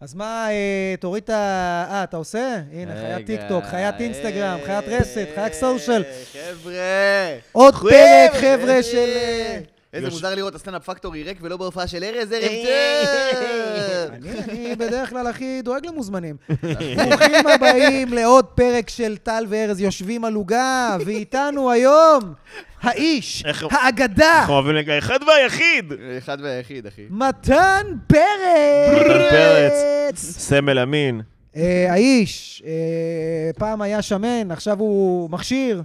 אז מה, תוריד את ה... אתה עושה? הנה, חיית טיק טוק, חיית אינסטגרם, חיית רסט, חיית סושיאל. חבר'ה! עוד פרק, חבר'ה, של... איזה מוזר לראות הסטנדאפ פקטורי ריק ולא בהופעה של ארז, ערב טוב! אני בדרך כלל הכי דואג למוזמנים. ברוכים הבאים לעוד פרק של טל וארז יושבים על עוגה, ואיתנו היום האיש, האגדה. אנחנו אוהבים לגע אחד והיחיד. אחד והיחיד, אחי. מתן פרץ. מתן פרץ. סמל אמין. האיש, פעם היה שמן, עכשיו הוא מכשיר.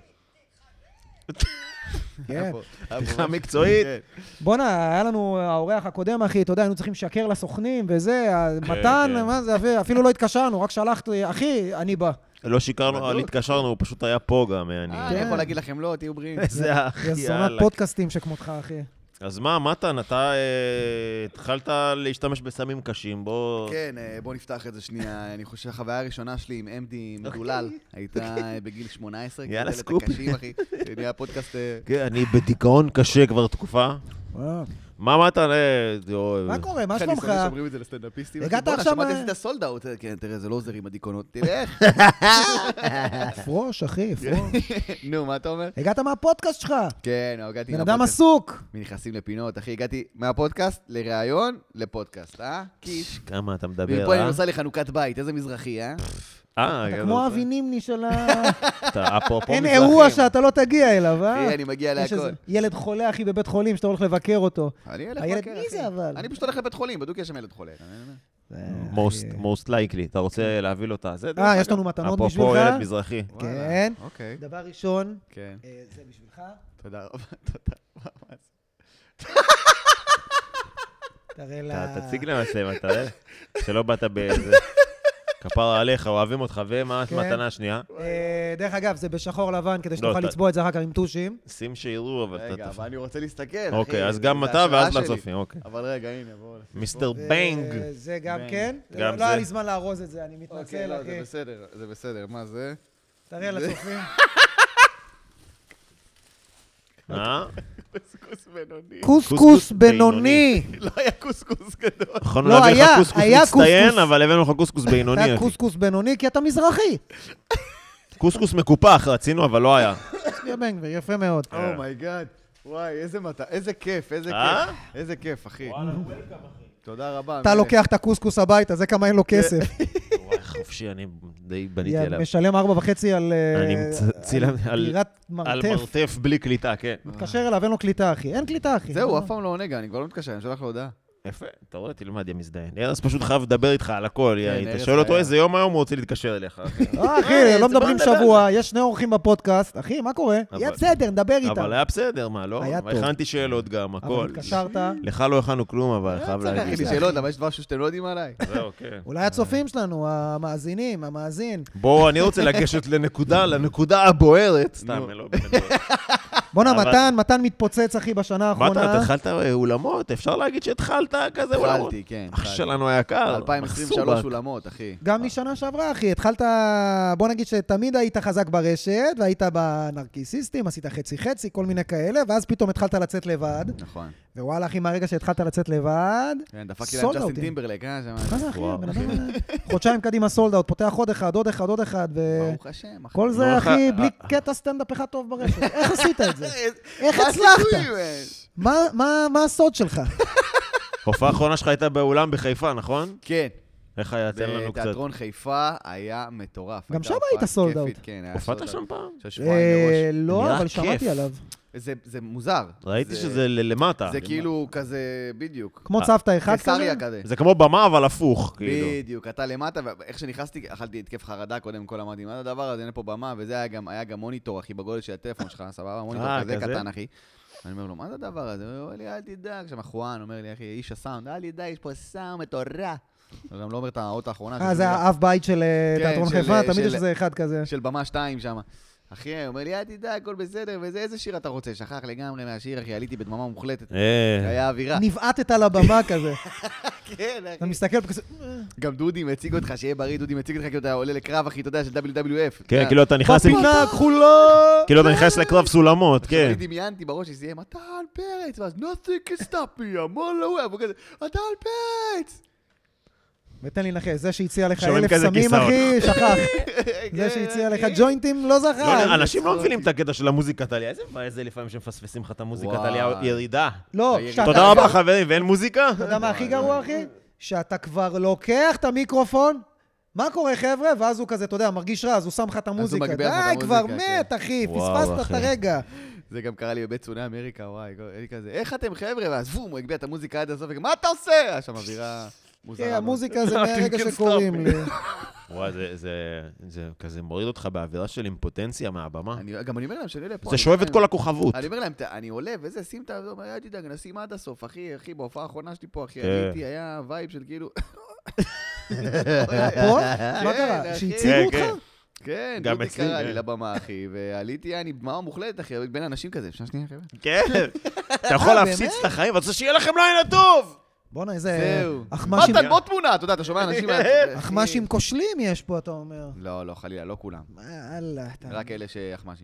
כן. בדיחה מקצועית. בוא'נה, היה לנו האורח הקודם, אחי, אתה יודע, היינו צריכים לשקר לסוכנים וזה, מתן, מה זה, אפילו לא התקשרנו, רק שלחתי, אחי, אני בא. לא שיקרנו, לא התקשרנו, הוא פשוט היה פה גם. אני יכול להגיד לכם לא, תהיו בריאים. זה אחי, יש זונת פודקאסטים שכמותך, אחי. אז מה, מתן, אתה התחלת להשתמש בסמים קשים, בוא... כן, בוא נפתח את זה שנייה. אני חושב שהחוויה הראשונה שלי עם MD מדולל הייתה בגיל 18. יאללה, סקופ. הקשים, אחי. נהיה פודקאסט... כן, אני בדיכאון קשה כבר תקופה. מה מתן? מה קורה? מה שלומך? אני שומרים את זה לסטנדאפיסטים. הגעת עכשיו... שמעתי עשית סולד אאוט. כן, תראה, זה לא עוזר עם הדיכאונות. תלך. פרוש, אחי, פרוש. נו, מה אתה אומר? הגעת מהפודקאסט שלך. כן, הגעתי בן אדם עסוק. מנכנסים לפינות, אחי, הגעתי מהפודקאסט לראיון לפודקאסט, קיש. כמה אתה מדבר, ופה אני נוסע לחנוכת בית, איזה מזרחי, אתה כמו אבי נימני של ה... אין מזרחים. אירוע שאתה לא תגיע אליו, אחי, אני מגיע להכל. יש איזה ילד חולה, אחי, בבית חולים, שאתה הולך לבקר אותו. אני אלך הילד, לבקר, מי אחי. זה אבל? אני פשוט הולך לבית חולים, בדוק יש שם ילד חולה. most likely. אתה רוצה להביא לו את זה? יש לנו מתנות בשבילך. אפרופו ילד מזרחי. כן. אוקיי. דבר ראשון, כן. זה בשבילך. תודה רבה, תודה. תראה לה... תציג למצלמה, תראה. שלא באת באיזה... כפרה עליך, אוהבים אותך, ומה המתנה השנייה? דרך אגב, זה בשחור לבן, כדי שתוכל לצבוע את זה אחר כך עם טושים. שים שיראו, אבל... רגע, אבל אני רוצה להסתכל, אחי. אוקיי, אז גם אתה ואז לצופים, אוקיי. אבל רגע, הנה, בואו. מיסטר בנג. זה גם כן. גם לא זה. היה לי זמן לארוז את זה, אני מתנצל, אוקיי, לא, אחי. זה בסדר, זה בסדר. מה זה? תראה לצופים. קוסקוס בינוני. קוסקוס בינוני. לא היה קוסקוס גדול. יכולנו לא, להביא לך היה קוסקוס קוסקוס. מצטיין, אבל הבאנו לך קוסקוס בינוני. אתה אחי. קוסקוס בינוני, כי אתה מזרחי. קוסקוס מקופח, רצינו, אבל לא היה. בן גביר, יפה מאוד. אומייגאד. וואי, איזה כיף, איזה כיף. איזה כיף, אחי. תודה רבה. אתה לוקח את הקוסקוס הביתה, זה כמה אין לו כסף. וואי, חופשי, אני די בניתי עליו. משלם 4.5 על דירת על מרתף. מרתף בלי קליטה, כן. מתקשר אליו, אין לו קליטה, אחי. אין קליטה, אחי. זהו, אף פעם לא עונה, אני כבר לא מתקשר, אני שולח לו הודעה. יפה, אתה רואה, תלמד, יא מזדיין. ארז פשוט חייב לדבר איתך על הכל, אתה ארז שואל אותו חייב. איזה יום היום הוא רוצה להתקשר אליך. אחי, לא מדברים שבוע, יש 2 אורחים בפודקאסט. אחי, מה קורה? יהיה בסדר, נדבר איתם. אבל היה בסדר, מה, לא? היה טוב. הכנתי שאלות גם, הכל. אבל התקשרת. לך לא הכנו כלום, אבל חייב צריך להגיד. להכין לי שאלות, אבל יש דבר שאתם לא יודעים עליי. זהו, כן. אולי הצופים שלנו, המאזינים, המאזין. בואו, אני רוצה לגשת לנקודה הבוערת. סתם, לא באמת. בוא'נה, מתן מתפוצץ, אחי, בשנה מה אתה האחרונה. התחלת אולמות? אפשר להגיד שהתחלת כזה אולמות? התחלתי, כן. אח שלנו היקר. 2023 אולמות, אחי. גם משנה שעברה, אחי. התחלת, בוא נגיד שתמיד היית חזק ברשת, והיית בנרקיסיסטים, עשית חצי-חצי, כל מיני כאלה, ואז פתאום התחלת לצאת לבד. נכון. ווואלה, אחי, מהרגע שהתחלת לצאת לבד, כן, דפקתי להם ג'סטין טימברלק, מה זה, אחי? וואו. הבן אדם, חודשיים קדימה סולד אאוט, פותח עוד אחד, עוד אחד, ברוך השם, אחי. וכל נו, זה, איך- אחי, בלי קטע סטנדאפ אחד טוב ברשת. איך עשית את זה? איך מה הצלחת? הסיכויים, מה הסוד שלך? הופעה האחרונה שלך הייתה באולם בחיפה, נכון? כן. איך היה? תן לנו קצת. בתיאטרון חיפה היה מטורף. גם הייתה שם הופעה היית סולד כיפית, אאוט. כן, היה הופעת סולד שם אאוט. פעם? של שבועיים מראש. לא, נראה אבל כיף. שמעתי עליו. זה מוזר. ראיתי זה- שזה למטה. זה כאילו כזה, בדיוק. כמו צוותא אחד כזה? קיסריה כזה. זה כמו במה, אבל הפוך, כאילו. בדיוק, אתה למטה, ואיך שנכנסתי, אכלתי התקף חרדה, קודם כל אמרתי, מה זה הדבר הזה, אין פה במה, וזה היה גם מוניטור, אחי, בגודל של הטלפון שלך, סבבה, מוניטור כזה כזה? קטן, אחי. אני אומר לו, מה זה הדבר הזה? הוא אומר לי, אל תדאג, שם אחואן, אומר לי, אחי, איש הסאונד, אל תדאג, יש פה סאונד מטורף. הוא גם לא אומר את האות האחרונה. זה האב בית של תיאטרון של- חיפה, תמיד של- יש איזה אחד כזה. של במה 2 שם. אחי, הוא אומר לי, אל תדאג, הכל בסדר, וזה, איזה שיר אתה רוצה? שכח לגמרי מהשיר, אחי, עליתי בדממה מוחלטת. היה אווירה. נבעטת על הבמה כזה. כן, אחי. אתה מסתכל כזה... גם דודי מציג אותך, שיהיה בריא, דודי מציג אותך כאילו אתה עולה לקרב, אחי, אתה יודע, של WWF. כן, כאילו אתה נכנס... בפינה הכחולה! כאילו אתה נכנס לקרב סולמות, כן. אני דמיינתי בראש שזה יהיה מתן פרץ, ואז nothing can stop me, I'm all away, והוא כזה, מתן פרץ! ותן לי נחש, זה שהציע לך שומעים 1,000 כזה סמים, כיסאות. אחי, שכח. זה שהציע לך ג'וינטים, לא זכר. אנשים לא מבינים את הקטע של המוזיקת עלייה. איזה מבאס זה לפעמים שמפספסים לך את המוזיקת עלייה ירידה. לא, תודה רבה, חברים, ואין מוזיקה? אתה יודע מה הכי גרוע, אחי? שאתה כבר לוקח את המיקרופון, מה קורה, חבר'ה? ואז הוא כזה, אתה יודע, מרגיש רע, אז הוא שם לך את המוזיקה. די, כבר מת, אחי, פספסת את הרגע. זה גם קרה לי בבית צוני אמריקה, וואי, אין כזה, איך אתם חבר'ה? ואז בום, הוא הגביע את המוזיקה עד הסוף, מה אתה עושה? שם אווירה מוזרה. כן, המוזיקה זה מהרגע שקוראים לי. וואי, זה כזה מוריד אותך באווירה של אימפוטנציה מהבמה. גם אני אומר להם שאני עולה פה. זה שואב את כל הכוכבות. אני אומר להם, אני עולה וזה, שים את זה, אל תדאג, נשים עד הסוף, אחי, בהופעה האחרונה שלי פה, אחי, עליתי, היה וייב של כאילו... פה? מה קרה? שהציגו אותך? כן, גם דודי אצלי, קרא לי כן. לבמה, אחי, ועליתי, אני במה מוחלטת, אחי, בין אנשים כזה, אפשר שנייה, חבר'ה? כן. אתה יכול להפציץ את החיים, ואתה רוצה שיהיה לכם לילה טוב! בוא'נה, איזה... זהו. אחמ"שים... מתן, בוא תמונה, אתה יודע, אתה שומע אנשים... אחמ"שים כושלים יש פה, אתה אומר. לא, חלילה, לא כולם. אללה, אתה... רק אלה שאחמ"שים.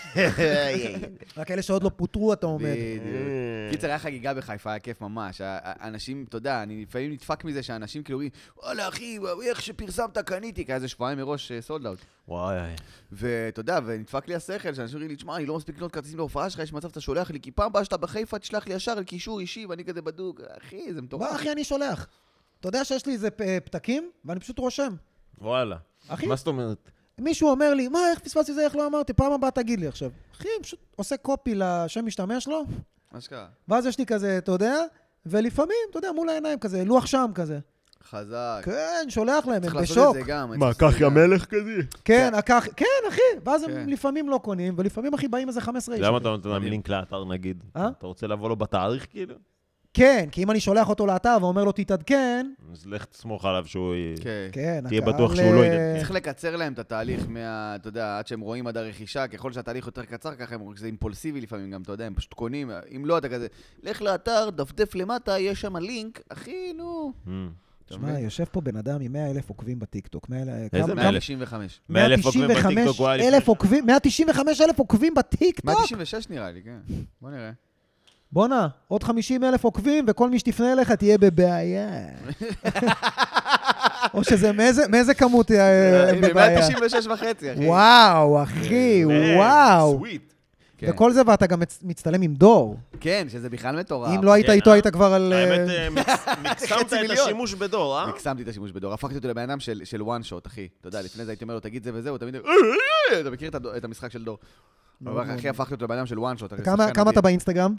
רק אלה שעוד לא פוטרו, אתה אומר. בדיוק. קיצר, היה חגיגה בחיפה, היה כיף ממש. האנשים, אתה יודע, אני לפעמים נדפק מזה שאנשים כאילו אומרים, וואלה, אחי, איך שפרסמת קניתי, כי היה איזה שבועיים מראש סולד אאוט. וואי. ואתה יודע, ונדפק לי השכל, שאנשים אומרים לי, תשמע, אני לא מספיק לקנות כרטיסים להופעה שלך, יש מצב שאתה שולח לי, כי פעם הבאה שאתה בחיפה, תשלח לי ישר על קישור אישי, ואני כזה בדוק. אחי, זה מטורף. מה, אחי, אני שולח. אתה יודע שיש לי איזה פתקים, ואני פשוט רושם. וואלה. אחי, מה זאת אומרת? מישהו אומר לי, מה, איך פספסתי זה, איך לא אמרתי? פעם הבאה תגיד לי עכשיו. אחי, פשוט עושה קופי לשם משתמש לו, מה שקרה? ואז יש לי כזה, אתה יודע, ולפעמים, אתה יודע, מול העיניים כזה, לוח שם כזה. חזק. כן, שולח להם, צריך הם לעשות בשוק. את זה גם. מה, כך המלך כזה? כן, כן, אחי. ואז כן. הם לפעמים לא קונים, ולפעמים, אחי, באים איזה 15 איש. למה אתה נותן להם לינק לאתר, נגיד? אתה רוצה לבוא לו בתאריך, כאילו? כן, כי אם אני שולח אותו לאתר ואומר לו תתעדכן, אז לך תסמוך עליו שהוא... כן. תהיה בטוח שהוא לא יתעדכן. צריך לקצר להם את התהליך אתה יודע, עד שהם רואים עד הרכישה, ככל שהתהליך יותר קצר, ככה זה אימפולסיבי לפעמים גם, אתה יודע, הם פשוט קונים, אם לא, אתה כזה, לך לאתר, דפדף למטה, יש שם לינק, אחי, נו. תשמע, יושב פה בן אדם עם 100,000 עוקבים בטיקטוק. איזה 195. 100,000 עוקבים בטיקטוק, וואי. 195,000 עוקבים בטיקטוק? 196 נראה לי, כן. בוא נראה. בונה, עוד 50,000 עוקבים, וכל מי שתפנה אליך תהיה בבעיה. או שזה, מאיזה כמות תהיה בבעיה? 196 וחצי, אחי. וואו, אחי, וואו. סוויט. כן. וכל זה, ואתה גם מצטלם עם דור. כן, שזה בכלל מטורף. אם לא היית איתו, היית כבר על... האמת, מקסמת את השימוש בדור, אה? מקסמתי את השימוש בדור, הפכתי אותו לבן אדם של one shot, אחי. אתה יודע, לפני זה הייתי אומר לו, תגיד זה וזה, הוא תמיד... אתה מכיר את המשחק של דור. אבל אחי, הפכתי אותו לבן אדם של one shot. כמה אתה באינסטגרם?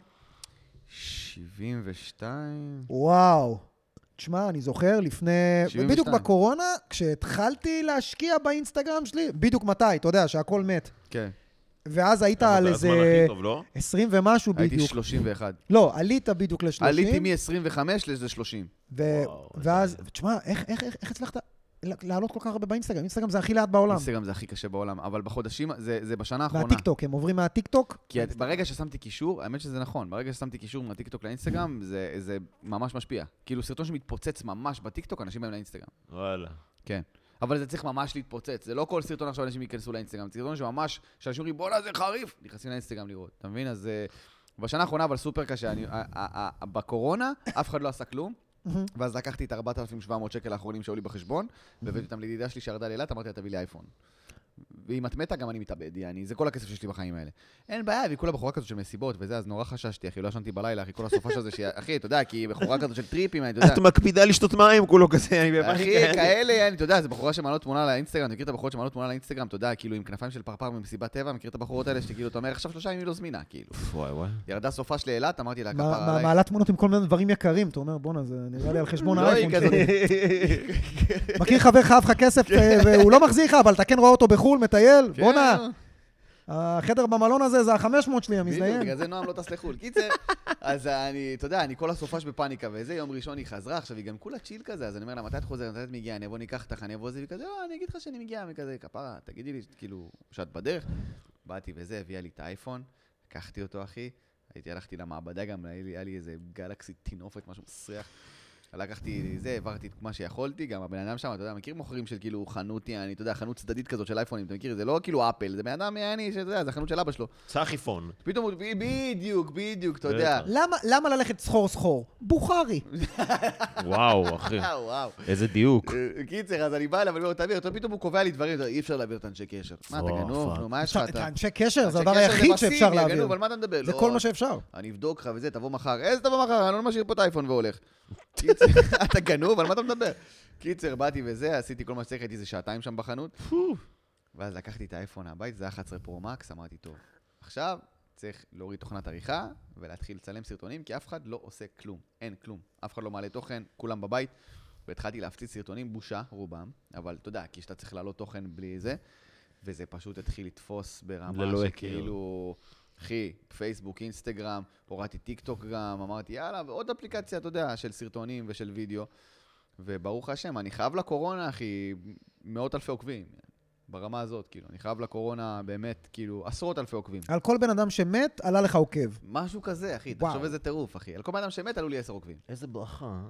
72. וואו. תשמע, אני זוכר לפני... 72. בדיוק בקורונה, כשהתחלתי להשקיע באינסטגרם שלי, בדיוק מתי, אתה יודע, שהכל מת. כן. ואז היית על זה הזמן איזה הכי טוב, לא? 20 ומשהו הייתי בדיוק. 31. לא, עלית בדיוק ל-30. עליתי מ-25 לאיזה 30. ואז, תשמע, איך הצלחת לעלות כל כך הרבה באינסטגרם? אינסטגרם זה הכי לאט בעולם. אינסטגרם זה הכי קשה בעולם, אבל בחודשים, זה בשנה האחרונה. מהטיקטוק, הם עוברים מהטיקטוק? כי ברגע ששמתי קישור, האמת שזה נכון, ברגע ששמתי קישור מהטיקטוק לאינסטגרם, זה ממש משפיע. כאילו סרטון שמתפוצץ ממש בטיקטוק, אנשים באים לאינסטגרם. וואלה. כן. אבל זה צריך ממש להתפוצץ. זה לא כל סרטון עכשיו אנשים ייכנסו לאינסטגרם. סרטון שממש, שאנשים אומרים, בוא'נה, זה חריף, נכנסים לאינסטגרם לראות. אתה מבין? אז בשנה האחרונה, אבל סופר קשה. בקורונה, אף אחד לא עשה כלום. ואז לקחתי את 4,700 שקל האחרונים שהיו לי בחשבון, והבאתי אותם לידידה שלי שירדה לאילת, אמרתי לה, תביא לי אייפון. ואם את מתה, גם אני מתאבד, זה כל הכסף שיש לי בחיים האלה. אין בעיה, והיא כולה בחורה כזאת של מסיבות, וזה, אז נורא חששתי, אחי, לא ישנתי בלילה, אחי, כל הסופה של זה, אחי, אתה יודע, כי בחורה כזאת של טריפים, אני, אתה יודע. את מקפידה לשתות מים, כולו כזה, אחי, כאלה, אתה יודע, זה בחורה שמעלות תמונה לאינסטגרם, אתה מכיר את הבחורות שמעלות תמונה לאינסטגרם, אתה יודע, כאילו עם כנפיים של פרפר ממסיבת טבע, מכיר את הבחורות האלה שכאילו, אתה אומר, עכשיו 3 ימים היא לא זמינה, כאילו. וואי. ירדה סופה של אילת, אמרתי לה, כפרה עלייך. מעלה תמונות עם כל מיני דברים יקרים, אתה אומר, בוא'נה, זה נראה לי על חשבון האייפון שלי. מכיר חבר חייב לך כסף, והוא לא מחזיר לך, אבל אתה כן רואה אותו בחול, מטייל, בוא'נה. החדר במלון הזה זה ה-500 שלי, המזדיין. בגלל זה נועם לא טס לחול. קיצר, אז אני, אתה יודע, אני כל הסופש בפאניקה, ואיזה יום ראשון היא חזרה, עכשיו היא גם כולה צ'יל כזה, אז אני אומר לה, מתי את חוזרת, מתי את מגיעה, אני אבוא ניקח אותך, אני אבוא זה, וכזה, אני אגיד לך שאני מגיעה, מכזה, כפרה, תגידי לי, כאילו, שאת בדרך. באתי וזה, הביאה לי את האייפון, לקחתי אותו, אחי, הלכתי למעבדה גם, היה לי איזה גלקסי טינופת, משהו מסריח. לקחתי זה, העברתי את מה שיכולתי, גם הבן אדם שם, אתה יודע, מכיר מוכרים של כאילו חנות, אתה יודע, חנות צדדית כזאת של אייפונים, אתה מכיר? זה לא כאילו אפל, זה בן אדם, שאתה יודע, זה החנות של אבא שלו. צחיפון. פתאום הוא, בדיוק, אתה יודע. למה ללכת סחור? בוכרי. וואו, אחי. וואו. איזה דיוק. קיצר, אז אני בא אליו, אני אומר, תעביר, פתאום הוא קובע לי דברים, אי אפשר להעביר את אנשי קשר. מה, אתה גנוב? נו, מה יש לך? את אנשי קשר, זה הדבר היחיד שאפשר להעביר. אבל מה אתה מדבר? זה כל מה שאפשר. אני אבדוק לך וזה, תבוא מחר. איזה תבוא מחר? אני לא משאיר פה את האייפון והולך. אתה גנוב, על מה אתה מדבר? קיצר, באתי וזה, עשיתי כל מה שצריך, הייתי איזה שעתיים שם בחנות. ואז לקחתי את האייפון הבית, זה היה 11 פרו מקס, אמרתי, טוב, עכשיו צריך להוריד תוכנת עריכה ולהתחיל לצלם סרטונים, כי אף אחד לא עושה כלום, אין כלום. אף אחד לא מעלה תוכן, כולם בבית, והתחלתי להפציץ סרטונים, בושה, רובם, אבל אתה יודע, כי שאתה צריך לעלות תוכן בלי זה, וזה פשוט התחיל לתפוס ברמה שכאילו, אחי, פייסבוק, אינסטגרם, הורדתי טיק טוק גם, אמרתי, יאללה, ועוד אפליקציה, אתה יודע, של סרטונים ושל וידאו, וברוך השם, אני חייב לקורונה, אחי, מאות אלפי עוקבים. ברמה הזאת, כאילו, אני חייב לקורונה באמת, כאילו, עשרות אלפי עוקבים. על כל בן אדם שמת, עלה לך עוקב. משהו כזה, אחי, תחשוב איזה טירוף, אחי. על כל בן אדם שמת, עלו לי 10 עוקבים. איזה ברכה.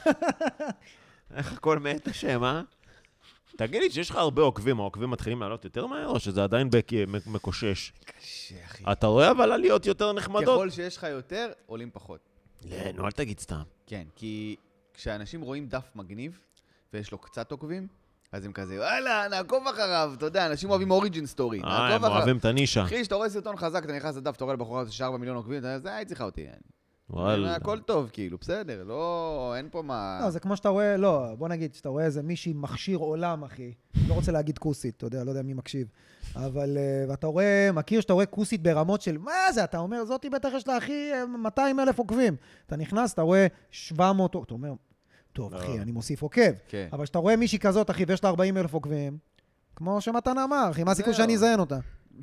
איך הכל מת השם, אה? תגיד לי שיש לך הרבה עוקבים, העוקבים מתחילים לעלות יותר מהר, או שזה עדיין מקושש? קשה, אחי. אתה רואה אבל עליות יותר נחמדות? ככל שיש לך יותר, עולים פחות. נו, אל תגיד סתם. כן, כי כשאנשים רואים דף מגניב, ויש לו קצת עוקבים, אז הם כזה, וואלה, נעקוב אחריו, אתה יודע, אנשים אוהבים אוריג'ין סטורי, נעקוב אחריו. הם אוהבים את הנישה. אחי, שאתה רואה סרטון חזק, אתה נכנס לדף, אתה רואה לבחורה של 4 מיליון עוקבים, זה היית צריכה אותי. וואלה. הכל טוב, כאילו, בסדר, לא, אין פה מה... לא, זה כמו שאתה רואה, לא, בוא נגיד, שאתה רואה איזה מישהי מכשיר עולם, אחי. לא רוצה להגיד כוסית, אתה יודע, לא יודע מי מקשיב. אבל, ואתה רואה, מכיר שאתה רואה כוסית ברמות של, מה זה? אתה אומר, זאתי בטח יש לה, אחי, 200,000 עוקבים. אתה נכנס, אתה רואה 700, אתה אומר, טוב, אחי, אני מוסיף עוקב. אבל שאתה רואה מישהי כזאת, אחי, ויש לה 40,000 עוקבים, כמו שמתן אמר, אחי, מה הסיכוי שאני אזיין אותה?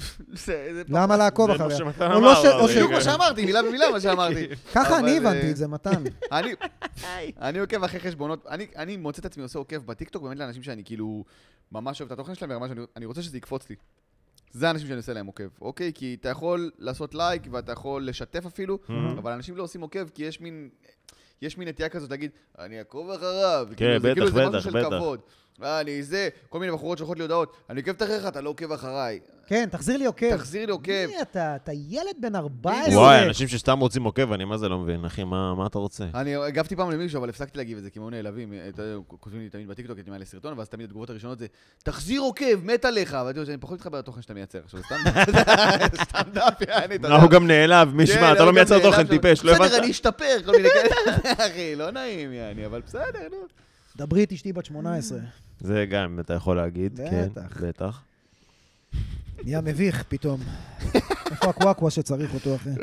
למה לעקוב אחריה? זה מה שמתן אמר. בדיוק מה שאמרתי, מילה במילה מה שאמרתי. ככה אני הבנתי את זה, מתן. אני עוקב אחרי חשבונות, אני מוצא את עצמי עושה עוקב בטיקטוק, באמת לאנשים שאני כאילו ממש אוהב את התוכן שלהם, ברמה שאני רוצה שזה יקפוץ לי. זה האנשים שאני עושה להם עוקב, אוקיי? כי אתה יכול לעשות לייק ואתה יכול לשתף אפילו, אבל אנשים לא עושים עוקב כי יש מין נטייה כזאת, תגיד, אני אעקוב אחריו. כן, בטח, בטח. אני זה, כל מיני בחורות שולחות לי הודעות, אני עוקב אחריך, אתה לא עוקב אחריי. כן, תחזיר לי עוקב. תחזיר לי עוקב. מי אתה? אתה ילד בן 14. וואי, אנשים שסתם רוצים עוקב, אני מה זה לא מבין, אחי, מה אתה רוצה? אני הגבתי פעם למישהו, אבל הפסקתי להגיב את זה, כי מאוד נעלבים. כותבים לי תמיד בטיקטוק, הייתי מעלה סרטון, ואז תמיד התגובות הראשונות זה, תחזיר עוקב, מת עליך. ואתה יודע, אני פחות מתחבר לתוכן שאתה מייצר. עכשיו, סתם דף, יעני, אתה יודע. הוא גם נעלב, משמע, אתה לא מייצר תוכן טיפש, לא הבנת? בסדר, אני אשתפר, כל מיני כאלה. אחי, לא נעים, יעני, אבל בסדר, נו. דברי את אשתי בת 18. זה גם, אתה יכול להגיד, כן, בטח. נהיה מביך פתאום. איפה הקוואקווה שצריך אותו, אחי?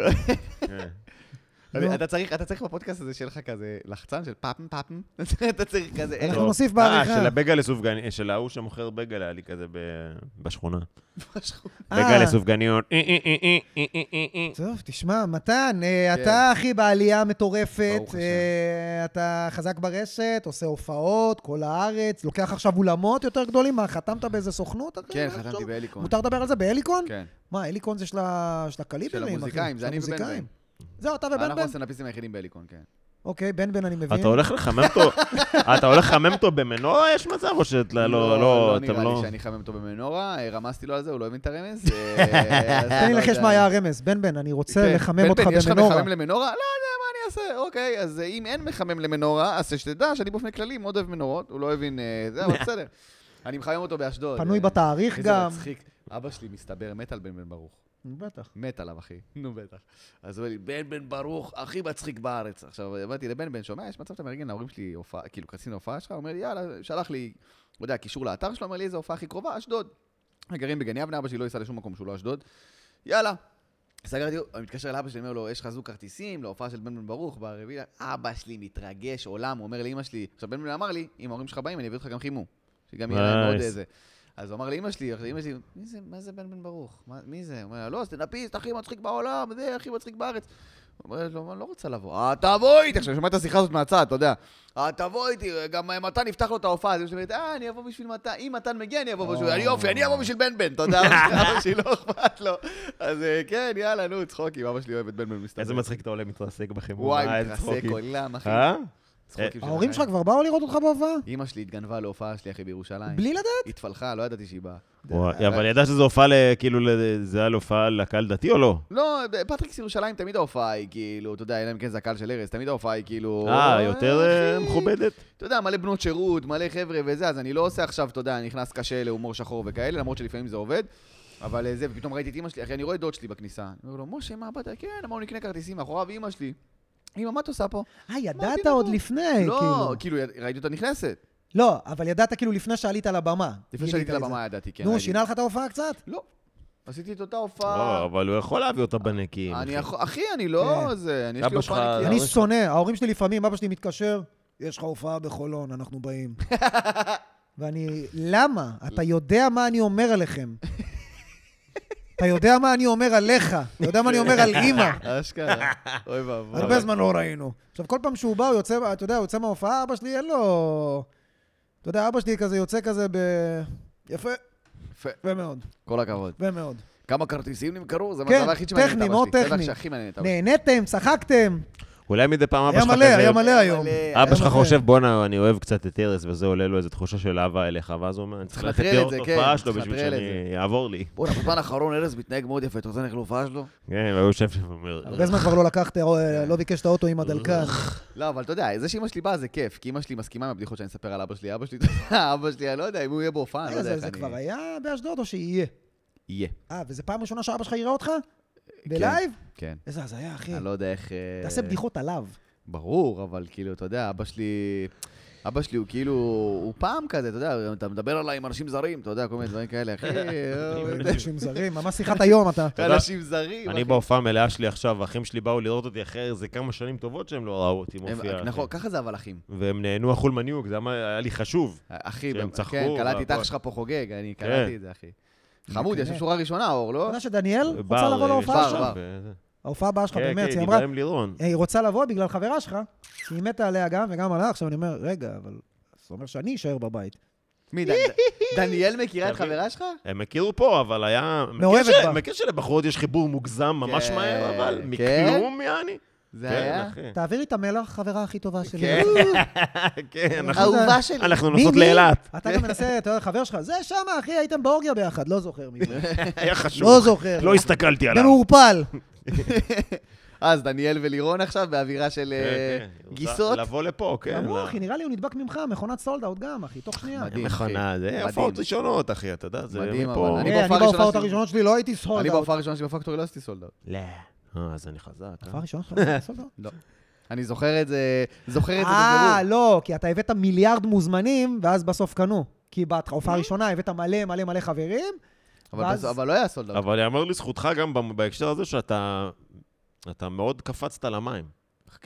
אתה צריך בפודקאסט הזה שלך כזה לחצן של פאפם. אתה צריך כזה... אנחנו נוסיף בעריכה. של הבגל סופגני, של ההוא שמוכר בגל, היה לי כזה בשכונה. בגל סופגניות. טוב, תשמע, מתן, אתה אחי בעלייה מטורפת, אתה חזק ברשת, עושה הופעות, כל הארץ, לוקח עכשיו אולמות יותר גדולים, מה, חתמת באיזה סוכנות? כן, חתמתי באליקון. מותר לדבר על זה באליקון? כן. מה, אליקון זה של הקליברים? של המוזיקאים, זה אני ובן. זהו, אתה ובן. אנחנו הסטנדאפיסטים היחידים באליקון, כן. אוקיי, בן אני מבין. אתה הולך לחמם אותו במנורה? יש מצב או שאתה לא... לא נראה לי שאני אחמם אותו במנורה, רמזתי לו על זה, הוא לא הבין את הרמז. תן לי לחש מה היה הרמז. בן, אני רוצה לחמם אותך במנורה. יש לך מחמם למנורה? לא יודע מה אני אעשה. אוקיי, אז אם אין מחמם למנורה, אז שתדע שאני באופן כללי מאוד אוהב מנורות, הוא לא הבין... זה, אבל בסדר. אני מחמם אותו באשדוד. פנוי בתאריך גם. איזה מצחיק. אבא שלי מסתבר מת על בן ברוך. בטח. מת עליו, אחי. נו, בטח. אז הוא אומר לי, בן ברוך, הכי מצחיק בארץ. עכשיו, הבאתי לבן, שומע, יש מצב שאתה מרגן להורים שלי הופעה, כאילו, קצין ההופעה שלך, הוא אומר לי, יאללה, שלח לי, לא יודע, קישור לאתר שלו, אומר לי, איזה הופעה הכי קרובה, אשדוד. גרים בגן יבנה, אבא שלי לא ייסע לשום מקום שהוא לא אשדוד. יאללה. סגרתי, אני מתקשר אל אבא שלי, אומר לו, יש לך זוג כרטיסים להופעה של בן ברוך ברביעי. אבא שלי מתרגש, עולם, הוא אומר לאמא שלי, עכשיו בן אמר לי, אם ההורים שלך באים, אני אביא אותך גם חימום. שגם יהיה להם עוד איזה. אז הוא אמר לאמא שלי, מה זה בן ברוך? מי זה? הוא אומר, לא, סטנדאפיסט, הכי מצחיק בעולם, זה הכי מצחיק בארץ. הוא אומר, לא, אני לא רוצה לבוא. תבוא איתי, עכשיו, שומע את השיחה הזאת מהצד, אתה יודע. תבוא איתי, גם מתן יפתח לו את ההופעה, אז הוא אומר, אני אבוא בשביל מתן, אם מתן מגיע, אני אבוא בשביל, אני אבוא בשביל בן, אתה יודע, אבא שלי לא אכפת לו. אז כן, יאללה, נו, צחוקים, אבא שלי אוהב את בן מסתבר. איזה מצחיק אתה עולה מתרסק בחימום. וואי, מתרסק עולם, אחי. ההורים שלך כבר באו לראות אותך בהופעה? אמא שלי התגנבה להופעה שלי, אחי, בירושלים. בלי לדעת? התפלחה, לא ידעתי שהיא באה. אבל ידעת שזו הופעה, כאילו, זה היה להופעה לקהל דתי או לא? לא, פטריקס ירושלים תמיד ההופעה היא כאילו, אתה יודע, אלא אם כן זה הקהל של ארז, תמיד ההופעה היא כאילו... יותר מכובדת? אתה יודע, מלא בנות שירות, מלא חבר'ה וזה, אז אני לא עושה עכשיו, אתה יודע, נכנס קשה להומור שחור וכאלה, למרות שלפעמים זה עובד. אבל זה, ופתאום ראיתי את אמא שלי, אחי, אני רואה דוד שלי בכניסה. אני אומר לו, משה, מה באת? כן, אמרנו, נקנה כרטיסים מאחוריו, אמא שלי. אמא, מה את עושה פה? ידעת עוד לפני, לא, כאילו, ראיתי אותה נכנסת. לא, אבל ידעת כאילו לפני שעלית לבמה. לפני שעליתי לבמה ידעתי, כן. נו, שינה לך את ההופעה קצת? לא. עשיתי את אותה הופעה. לא, אבל הוא יכול להביא אותה בנקים. אחי, אני לא... יש לי הופעה נקייה. אני שונא, ההורים שלי לפעמים, אבא שלי מתקשר, יש לך הופעה בחולון, אנחנו באים. ואני, למה? אתה יודע מה אני אומר עליכם. אתה יודע מה אני אומר עליך, אתה יודע מה אני אומר על אמא. אשכרה, אוי ואבוי. הרבה זמן לא ראינו. עכשיו, כל פעם שהוא בא, הוא יוצא, אתה יודע, הוא יוצא מההופעה, אבא שלי אין לו... אתה יודע, אבא שלי כזה יוצא כזה יפה. יפה מאוד. כל הכבוד. יפה מאוד. כמה כרטיסים נמכרו? זה כן, הדבר הכי שמעניין את טכני, אבא מאוד שלי. זה טכני. הדבר שהכי מעניין את אבא שלי. נהניתם, צחקתם. אולי מדי פעם אבא שלך כזה... היה מלא היום. אבא שלך חושב, בואנה, אני אוהב קצת את ארז, וזה עולה לו איזו תחושה של אהבה אליך, ואז הוא אומר, אני צריך לתת לו הופעה שלו בשביל שאני יעבור לי. בואנה, בזמן האחרון ארז מתנהג מאוד יפה, אתה רוצה ללכת להופעה שלו? כן, והוא יושב שם ואומר... הרבה זמן כבר לא לקחת, לא ביקש את האוטו עם הדלקן. לא, אבל אתה יודע, זה שאמא שלי באה זה כיף, כי אמא שלי מסכימה עם הבדיחות שאני אספר על אבא שלי. אבא שלי, אני לא יודע, אם הוא יהיה בהופעה, אני לא יודע איך אני... זה כבר היה באשדוד או שיהיה? יהיה. וזה פעם ראשונה שאבא שלך יראה אותך? בלייב? כן. איזה הזיה, אחי. אני לא יודע איך... תעשה בדיחות עליו. ברור, אבל כאילו, אתה יודע, אבא שלי הוא כאילו, הוא פעם כזה, אתה יודע, אתה מדבר עליי עם אנשים זרים, אתה יודע, כל מיני דברים כאלה, אחי. אנשים זרים, ממש שיחת היום אתה. אנשים זרים, אני בהופעה מלאה שלי עכשיו, האחים שלי באו לראות אותי אחרי איזה כמה שנים טובות שהם לא ראו אותי מופיע. נכון, ככה זה אבל אחים. והם נהנו החול מניוק, זה היה לי חשוב. אחי, שהם צחקו. כן, קלטתי את אח שלך פה חוגג, אני קלטתי את זה, אחי. חמוד, יש שורה ראשונה, אור, לא? אתה יודע שדניאל רוצה לבוא להופעה שלך? ההופעה הבאה שלך במרץ, היא אמרה, היא רוצה לבוא בגלל חברה שלך, שהיא מתה עליה גם וגם עליה, עכשיו אני אומר, רגע, אבל זה אומר שאני אשאר בבית. מי, דניאל מכירה את חברה שלך? הם הכירו פה, אבל היה... מאוהבת בה. מכיר שלבחורות יש חיבור מוגזם ממש מהר, אבל מכלום יעני. זה היה? תעבירי את המלח, חברה הכי טובה שלי. כן, אהובה שלי. אנחנו נוסעות לאילת. אתה גם מנסה, אתה יודע, חבר שלך, זה שם, אחי, הייתם באורגיה ביחד, לא זוכר מי זה. היה חשוב. לא זוכר. לא הסתכלתי עליו. במעורפל. אז דניאל ולירון עכשיו באווירה של גיסות. לבוא לפה, כן. אמרו, אחי, נראה לי הוא נדבק ממך, מכונת סולד-אאוט גם, אחי, תוך שנייה. מדהים, מכונה, זה הופעות ראשונות, אחי, אתה יודע, זה מדהים, מפה. אבל אני בהופעות הראשונות שלי לא הייתי סולד-אאוט. אני בהופעה הראשונה שלי בפקטורי לא עשיתי סולד-אאוט. לא. אז אני חזק. ההופעה הראשונה שלך לא הייתי סולד-אאוט? לא. אני זוכר את זה בזירור. לא, כי אתה הבאת מיליארד מוזמנים, ואז בסוף קנו. כי בהופעה הראשונה הבאת מלא מלא מלא חברים. אבל לא היה סולד-אאוט. אבל יאמר לזכותך גם בהקשר הזה שאתה מאוד קפצת למים.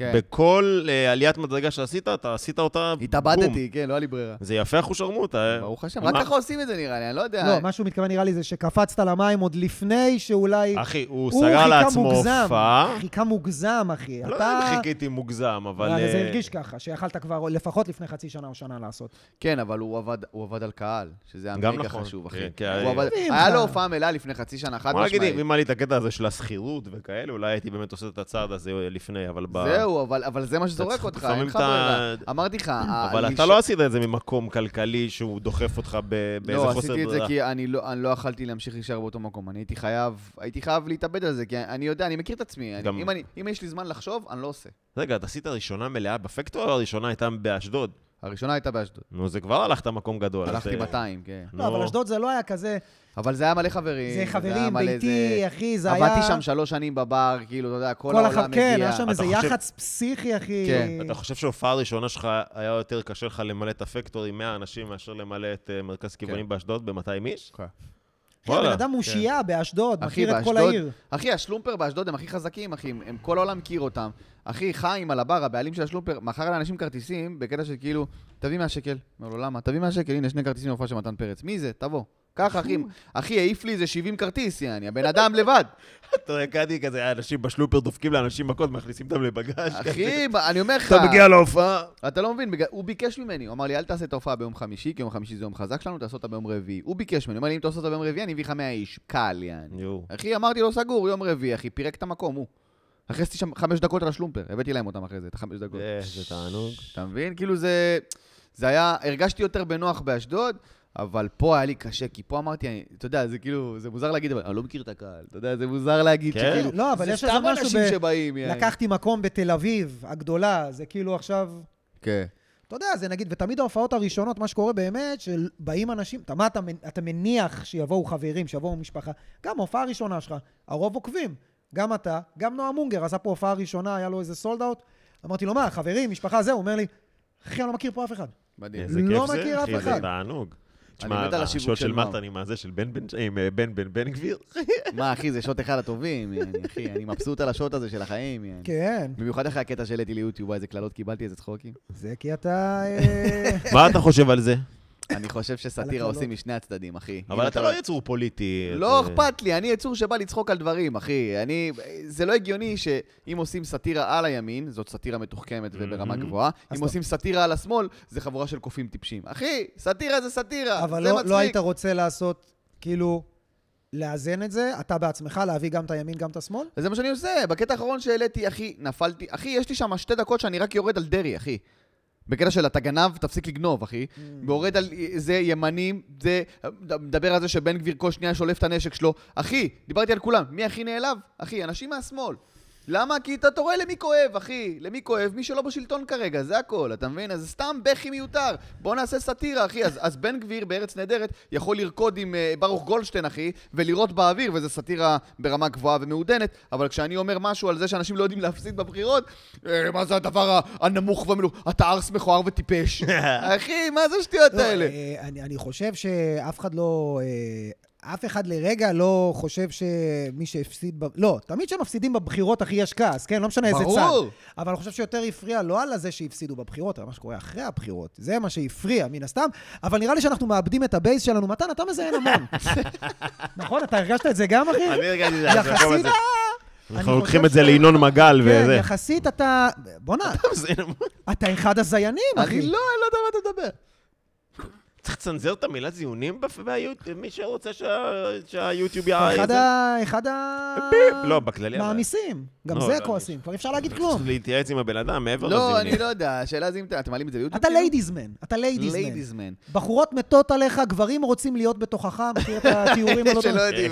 בכל עליית מדרגה שעשית, אתה עשית אותה בום. התאבדתי, כן, לא היה לי ברירה. זה יפה אחושרמוטה. ברוך השם, רק ככה עושים את זה נראה לי, אני לא יודע. לא, מה שהוא מתכוון נראה לי זה שקפצת למים עוד לפני שאולי... אחי, הוא סגר לעצמו הופעה. הוא חיכה מוגזם, אחי. לא יודע אם חיכיתי מוגזם, אבל... זה הרגיש ככה, שיכלת כבר לפחות לפני חצי שנה או שנה לעשות. כן, אבל הוא עבד על קהל, שזה היה מגה חשוב, אחי. היה לו הופעה מלאה לפני חצי שנה, חד משמעית. נגיד, אם היה לי את הקטע הזה של השכירות וכאלה, אולי הייתי באמת עושה את הצעד הזה לפני, אבל... זהו, אבל זה מה שזורק אותך, אין לך ברירה. אמרתי לך... אבל אתה לא עשית את זה ממקום כלכלי שהוא דוחף אותך באיזה חוסר ברירה. לא, עשיתי את זה כי אני לא יכלתי להמשיך להישאר באותו מקום. אני הייתי חייב להתאבד על זה, כי אני יודע, אני מכיר את עצמי. אם יש לי זמן לחשוב, אני לא עושה. רגע, אתה עשית ראשונה מלאה בפקטור, או הראשונה הייתה באשדוד? הראשונה הייתה באשדוד. נו, זה כבר הלכת מקום גדול. הלכתי 200, כן. לא, אבל אשדוד זה לא היה כזה... אבל זה היה מלא חברים. זה חברים, ביתי, אחי, זה היה... עבדתי שם 3 שנים בבר, כאילו, אתה יודע, כל העולם מגיע. כן, היה שם איזה יחץ פסיכי, אחי. אתה חושב שההופעה הראשונה שלך היה יותר קשה לך למלא את הפקטור עם 100 אנשים מאשר למלא את מרכז כיוונים באשדוד ב-200 איש? כן. כן, בן אדם מושיע באשדוד, מכיר את כל העיר. אחי, השלומפר באשדוד הם הכי חזקים, אחי, הם כל העולם מכיר אותם. אחי, חיים על הבר, הבעלים של השלומפר, מכר לאנשים כרטיסים, בקטע של כאילו, תביא 100 שקל. אומר לו, למה? תביא 100 שקל, הנה 2 כרטיסים להופעה של מתן פרץ. מי זה? תבוא. ככה, אחי, העיף לי איזה 70 כרטיס, יעני, הבן אדם לבד. אתה רואה, קאדי כזה, אנשים בשלומפר דופקים לאנשים מכות, מכניסים אותם לבגז'. אחי, אני אומר לך... אתה מגיע להופעה. אתה לא מבין, הוא ביקש ממני, הוא אמר לי, אל תעשה את ההופעה ביום חמישי, כי יום חמישי זה יום חזק שלנו, תעשה אותה ביום רביעי. הוא ביקש ממני, הוא אמר לי, אם תעשה אותה ביום רביעי, אני אביא לך 100 איש. קל, יעני. אחי, אמרתי לו, סגור, יום רביעי, אחי, פירק את המקום, הוא. אחרי עשיתי שם 5 דקות על השלומפר, הבאתי להם אותם אחרי זה, את 5 דקות. זה תענוג. אתה מבין? כאילו זה היה, הרגשתי יותר בנוח באשדוד, אבל פה היה לי קשה, כי פה אמרתי, אתה יודע, זה כאילו, זה מוזר להגיד, אבל אני לא מכיר את הקהל, אתה יודע, זה מוזר להגיד שכאילו, לא, אבל יש איזה משהו לקחתי מקום בתל אביב, הגדולה, זה כאילו עכשיו... כן. אתה יודע, זה נגיד, ותמיד ההופעות הראשונות, מה שקורה באמת, שבאים אנשים, אתה מניח שיבואו חברים, שיבואו משפחה, גם ההופעה הראשונה שלך, הרוב עוקבים, גם אתה, גם נועם מונגר, עשה פה הופעה ראשונה, היה לו איזה סולד אאוט, אמרתי לו, מה, חברים, משפחה זה, הוא אומר לי, אחי, אני לא מכיר פה אף אחד. מדהים. איזה כיף זה, לא מכיר אף אחד. זה תענוג. אני מת על השיווק השוט של של נועם. מטה, אני מה זה, של בן גביר? מה, אחי, זה שוט אחד הטובים, אחי, אני מבסוט על השוט הזה של החיים. כן. במיוחד אחרי הקטע שהעליתי ליוטיוב, איזה קללות קיבלתי, איזה צחוקים. זה כי אתה... מה אתה חושב על זה? אני חושב שסאטירה עושים משני הצדדים, אחי. אבל אתה לא יצור פוליטי. לא אכפת לי, אני יצור שבא לצחוק על דברים, אחי. זה לא הגיוני שאם עושים סאטירה על הימין, זאת סאטירה מתוחכמת וברמה גבוהה, אם עושים סאטירה על השמאל, זה חבורה של קופים טיפשים. אחי, סאטירה זה סאטירה, אבל זה מצחיק. לא היית רוצה לעשות, כאילו, לאזן את זה, אתה בעצמך, להביא גם את הימין, גם את השמאל? וזה מה שאני עושה. בקטע האחרון שהעליתי, אחי, נפלתי. אחי, יש לי שם 2 דקות שאני רק יורד על דרי, אחי. בקטע של אתה גנב, תפסיק לגנוב, אחי. ויורד על זה ימנים, זה... מדבר על זה שבן גביר כל שנייה שולף את הנשק שלו. אחי, דיברתי על כולם. מי הכי נעלב? אחי, אנשים מהשמאל. למה? כי אתה רואה למי כואב, אחי. למי כואב? מי שלא בשלטון כרגע, זה הכל, אתה מבין? אז זה סתם בכי מיותר. בוא נעשה סאטירה, אחי. אז בן גביר בארץ נהדרת יכול לרקוד עם ברוך גולדשטיין, אחי, ולראות באוויר, וזה סאטירה ברמה גבוהה ומעודנת. אבל כשאני אומר משהו על זה שאנשים לא יודעים להפסיד בבחירות, מה זה הדבר הנמוך והמלוך? אתה ארס מכוער וטיפש. אחי, מה זה השטויות האלה? אני חושב שאף אחד לא... אף אחד לרגע לא חושב שמי שהפסיד... לא, תמיד שמפסידים בבחירות הכי יש כעס, כן? לא משנה איזה צד. ברור. אבל אני חושב שיותר הפריע לא על זה שהפסידו בבחירות, אלא מה שקורה אחרי הבחירות. זה מה שהפריע, מן הסתם. אבל נראה לי שאנחנו מאבדים את הבייס שלנו. מתן, אתה מזיין המון. נכון? אתה הרגשת את זה גם, אחי? אני הרגשתי את זה. יחסית... אנחנו לוקחים את זה לינון מגל וזה. כן, יחסית אתה... בוא נע. אתה אחד הזיינים, אחי. אני לא יודע מה אתה מדבר. צריך לצנזר את המילה זיונים ביוטיוב, מי שרוצה שהיוטיוב יהיה... אחד לא, בכללי. מעמיסים. גם זה כועסים. כבר אפשר להגיד כלום. צריך להתייעץ עם הבן אדם מעבר לזיונים. לא, אני לא יודע. השאלה זה אם אתם מעלים את זה ביוטיוב? אתה ליידיזמן. אתה ליידיזמן. בחורות מתות עליך, גברים רוצים להיות בתוכך. מכיר את התיאורים על אותו? שלא יודעים.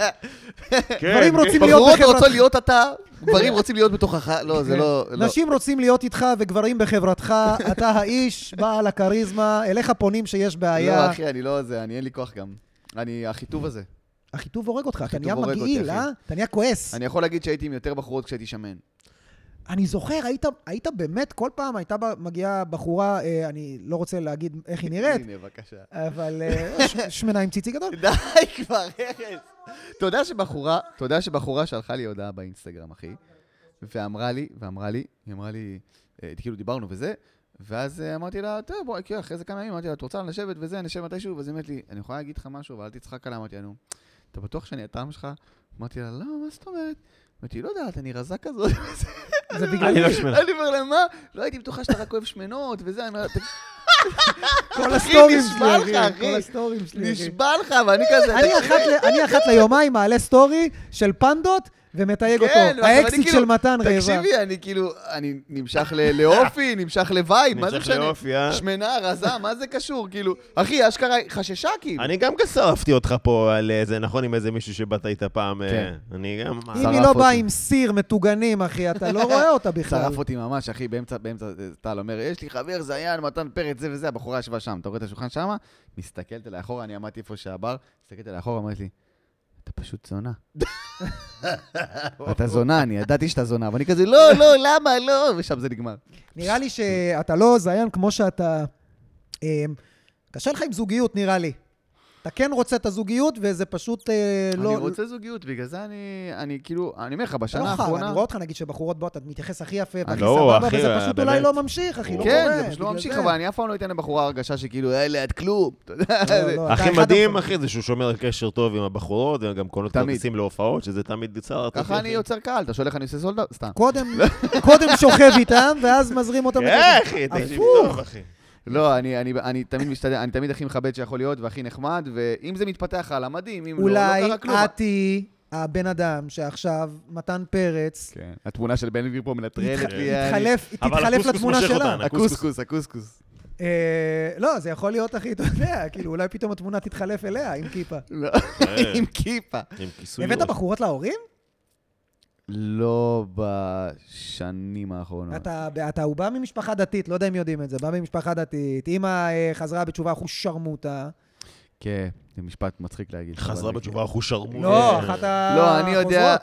גברים רוצים להיות בחורות בחברתך. רוצות להיות אתה, גברים רוצים להיות בתוכך. לא, זה לא... נשים רוצים להיות איתך וגברים בחברתך. אתה האיש, בעל הכריזמה, אליך פונים שיש בעיה. לא, אחי, אני לא זה, אני אין לי כוח גם. החיטוב הזה. החיטוב הורג אותך, אתה נהיה מגעיל, אתה נהיה כועס. אני יכול להגיד שהייתי עם יותר בחורות כשהייתי שמן. אני זוכר, היית באמת, כל פעם הייתה מגיעה בחורה, אני לא רוצה להגיד איך היא נראית, הנה, בבקשה. אבל שמנה עם ציצי גדול. די כבר, ארז. אתה יודע שבחורה שלחה לי הודעה באינסטגרם, אחי, ואמרה לי, כאילו דיברנו וזה, ואז אמרתי לה, טוב, בואי, אחרי זה כמה ימים, אמרתי לה, את רוצה לשבת וזה, נשב מתישהו, ואז היא אמרת לי, אני יכולה להגיד לך משהו, אבל אל תצחק עליי, אמרתי לה, נו, אתה בטוח שאני הטעם שלך? אמרתי לה, לא, מה זאת אומרת? אמרתי, לא יודעת, אני רזה כזאת. זה בגלל... אני אומר לה, מה? לא הייתי בטוחה שאתה רק אוהב שמנות וזה, אני אומר, כל הסטורים נשבע שלי, לך, אחי. אחי. כל הסטורים שלי, אחי. נשבע לך, ואני כזה... אני אחת ליומיים מעלה סטורי של פנדות, ומתייג אותו. האקסיט של מתן רעבה. תקשיבי, אני כאילו, אני נמשך לאופי, נמשך לווייב, מה זה נמשך משנה? לאופי, שמנה, רזה, מה זה קשור? כאילו, אחי, אשכרה חששה כאילו. אני גם שרפתי אותך פה על זה, נכון, עם איזה מישהו שבאת איתה פעם. אני גם... אם היא לא באה עם סיר מטוגנים, אחי, אתה לא רואה אותה בכלל. שרף אותי ממש, אחי, באמצע, טל אומר, יש לי חבר זיין, מתן פרץ, זה וזה, הבחורה ישבה שם, אתה רואה את השולחן שם? מסתכלת אליי אחורה, אני עמדתי איפה שהבר, מסתכלת אליי אחורה, אמרת לי, אתה פשוט זונה. אתה זונה, אני ידעתי שאתה זונה, ואני כזה, לא, למה, לא, ושם זה נגמר. נראה לי שאתה לא זיין כמו שאתה... קשה לך עם זוגיות, נראה לי. אתה כן רוצה את הזוגיות, וזה פשוט לא... אני רוצה זוגיות, בגלל זה אני כאילו, אני אומר לך, בשנה האחרונה... אני רואה אותך, נגיד, שבחורות בוא, אתה מתייחס הכי יפה, והכי לא, סבבה, אחי, וזה פשוט אולי באמת. לא ממשיך, אחי, לא כן, קורה. זה פשוט לא ממשיך, אבל אני אף פעם לא אתן לבחורה הרגשה שכאילו, ליד כלום. אתה יודע, הכי מדהים, אחי, זה שהוא שומר קשר טוב עם הבחורות, וגם קונות תמיד. כרטיסים להופעות, שזה תמיד יצר... ככה אני יוצר קהל, אתה שולח אני עושה סולדה? סתם. קודם שוכב איתם, ואז מזרים אותם. אחי, תקשיב טוב, אחי. לא, אני תמיד משתדל, אני תמיד הכי מכבד שיכול להיות, והכי נחמד, ואם זה מתפתח הלאה, מדהים, אם לא קרה כלום. אולי את הבן אדם שעכשיו, מתן פרץ, כן, התמונה של בן גביר פה מנטרלת לי. תתחלף לתמונה שלה. הקוסקוס. לא, זה יכול להיות, אחי, אתה יודע, כאילו, אולי פתאום התמונה תתחלף אליה, עם כיפה. עם כיפה. עם כיסוי הבאת ראש. בחורות להורים? לא בשנים האחרונות. הוא בא ממשפחה דתית, לא יודע אם יודעים את זה, בא ממשפחה דתית, אמא חזרה בתשובה, אחו שרמוטה. כן, זה משפט מצחיק להגיד. חזרה בתשובה אחו שרמוטה. לא, אחת החוזרות. לא, אני יודע,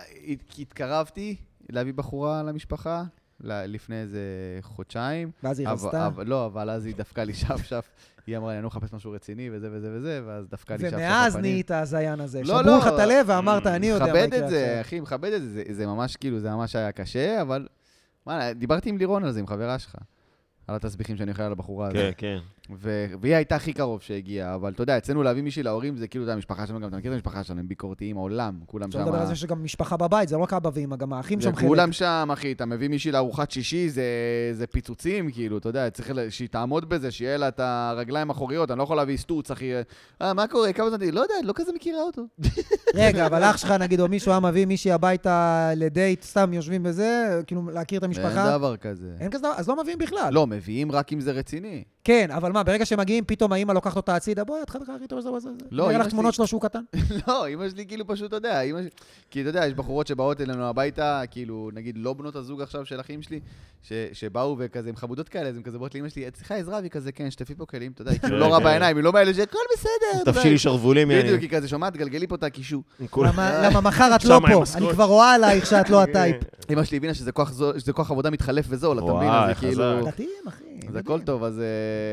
התקרבתי להביא בחורה למשפחה, לפני איזה חודשיים. ואז היא רצתה? לא, אבל אז היא דפקה לי שף. היא אמרה לי, אני לא מחפש משהו רציני, וזה, ואז דפקה לי שף בפנים. ומאז נהיית הזיין הזה. לא, שברו לך את הלב ואמרת, אני יודע מה יקרה מכבד את זה, אחי, מכבד את זה. זה ממש, כאילו, זה ממש היה קשה, אבל... דיברתי עם לירון על זה, עם חברה שלך. על התסביכים שאני אוכל על הבחורה הזאת. כן, כן. והיא הייתה הכי קרוב שהגיעה, אבל אתה יודע, אצלנו להביא מישהי להורים, זה כאילו, המשפחה שלנו, גם אתה מכיר את המשפחה שלנו, הם ביקורתיים, העולם, כולם שם. אפשר לדבר על זה שגם משפחה בבית, זה לא רק אבא ואמא, גם האחים שם חלק. כולם שם, אחי, אתה מביא מישהי לארוחת שישי, זה פיצוצים, כאילו, אתה יודע, צריך שהיא תעמוד בזה, שיהיה לה את הרגליים האחוריות, אני לא יכול להביא סטוץ, אחי. מה קורה? כמה זמן? לא יודע, לא כזה מכירה אותו. רגע, אבל אח שלך, נגיד, או מישהו היה מביא מישהי הביתה לדייט, סתם יושבים בזה, כאילו, להכיר את המשפחה. אין דבר כזה. אין כזה דבר, אז לא מביאים בכלל. לא, מביאים רק אם זה רציני. כן, אבל מה, ברגע שמגיעים, פתאום האמא לוקחת אותה הצידה, בואי, התחלת הכי טוב, זה. לא, נראה לך תמונות שלו שהוא קטן. לא, אמא שלי כאילו פשוט, אתה יודע, כי אתה יודע, יש בחורות שבאות אלינו הביתה, כאילו, נגיד, לא בנות הזוג עכשיו של אחים שלי, שבאו וכזה, עם חמודות כאלה, אז הם כזה באות לאמא שלי, צריכה עזרה, והיא כזה, כן, שטפי פה כלים, אתה יודע, היא כאילו לא רע בעיניים, היא לא מאלה שהכל בסדר. תפשילי שרבולים, יעני. בדיוק, היא כזה שומעת, גלגלי פה את הקישור. למה מחר את לא פה, אני כבר רואה עלייך שאת לא הטייפ. אמא שלי הבינה שזה כוח עבודה מתחלף וזול, אתה מבין? אז זה כאילו... דתיים, אחי. זה הכל טוב, אז...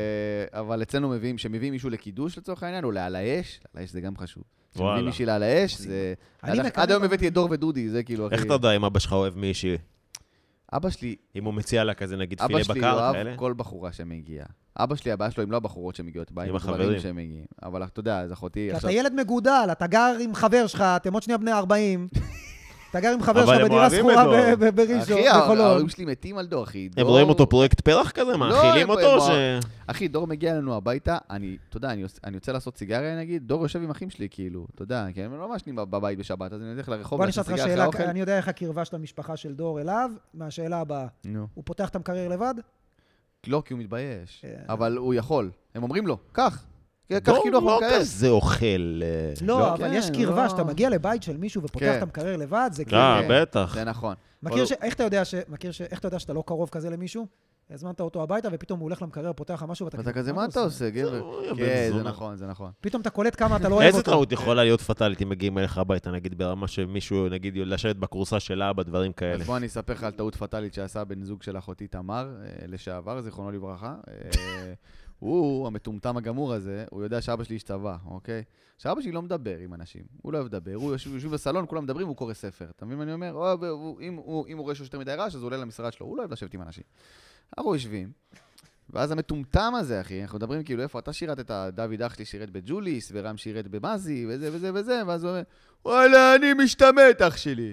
אבל אצלנו מביאים, שמביאים מישהו לקידוש לצורך העניין, או לעל האש, על האש זה גם חשוב. שמביאים מישהי לעל האש, זה... עד היום הבאתי את דור ודודי, זה כאילו... איך אתה יודע אם אבא שלך אוהב מישהי? אבא שלי... אם הוא מציע לה כזה, נגיד, פילה בקר, אבא שלי אוהב כל בחורה שמגיעה. אבא שלי, הבעיה שלו, אם לא הבחורות שמגיעות, עם החברים שמגיעים. אבל אתה יודע, אז אחותי... אתה ילד מגודל, אתה גר עם חבר שלך, אתם עוד שנייה בני 40. אתה גר עם חבר שלך בדירה סחורה בראשון, אחי, ההורים שלי מתים על דור, אחי. הם רואים אותו פרויקט פרח כזה? מאכילים אותו? אחי, דור מגיע אלינו הביתה, אתה יודע, אני יוצא לעשות סיגריה, נגיד, דור יושב עם אחים שלי, כאילו, אתה יודע, כי הם לא משנים בבית בשבת, אז אני הולך לרחוב, בוא נשאל אותך שאלה, אני יודע איך הקרבה של המשפחה של דור אליו, מהשאלה הבאה. הוא פותח את המקרר לבד? לא, כי הוא מתבייש, אבל הוא יכול. הם אומרים לו, קח. לא כזה אוכל. לא, אבל יש קרבה שאתה מגיע לבית של מישהו ופותח את המקרר לבד, זה כאילו... בטח. זה נכון. איך אתה יודע שאתה לא קרוב כזה למישהו? הזמנת אותו הביתה ופתאום הוא הולך למקרר, פותח משהו ואתה כזה, מה אתה עושה, גבר? כן, זה נכון, זה נכון. פתאום אתה קולט כמה אתה לא אוהב אותו. איזה טעות יכולה להיות פטאלית אם מגיעים אליך הביתה, נגיד ברמה שמישהו, נגיד, לשבת בקורסה של אבא, דברים כאלה. אז בוא אני אספר לך על טעות פטאלית שעשה בן זוג של אחותי תמר, לשעבר, זיכרונו לברכה. הוא, המטומטם הגמור הזה, הוא יודע שאבא שלי יש צבא, אוקיי? שאבא שלי לא מדבר עם אנשים, הוא לא אוהב לדבר, הוא יושב בסלון, כולם מדברים, הוא קורא ספר. אתה מבין מה אני אומר? אם הוא רואה שיש יותר מדי רעש, אז הוא עולה למשרד שלו, הוא לא אוהב לשבת עם אנשים. אנחנו יושבים, ואז המטומטם הזה, אחי, אנחנו מדברים כאילו, איפה אתה שירת את דוד אח שלי שירת בג'וליס, ורם שירת במאזי, וזה וזה וזה, ואז הוא אומר, וואלה, אני משתמט, אח שלי.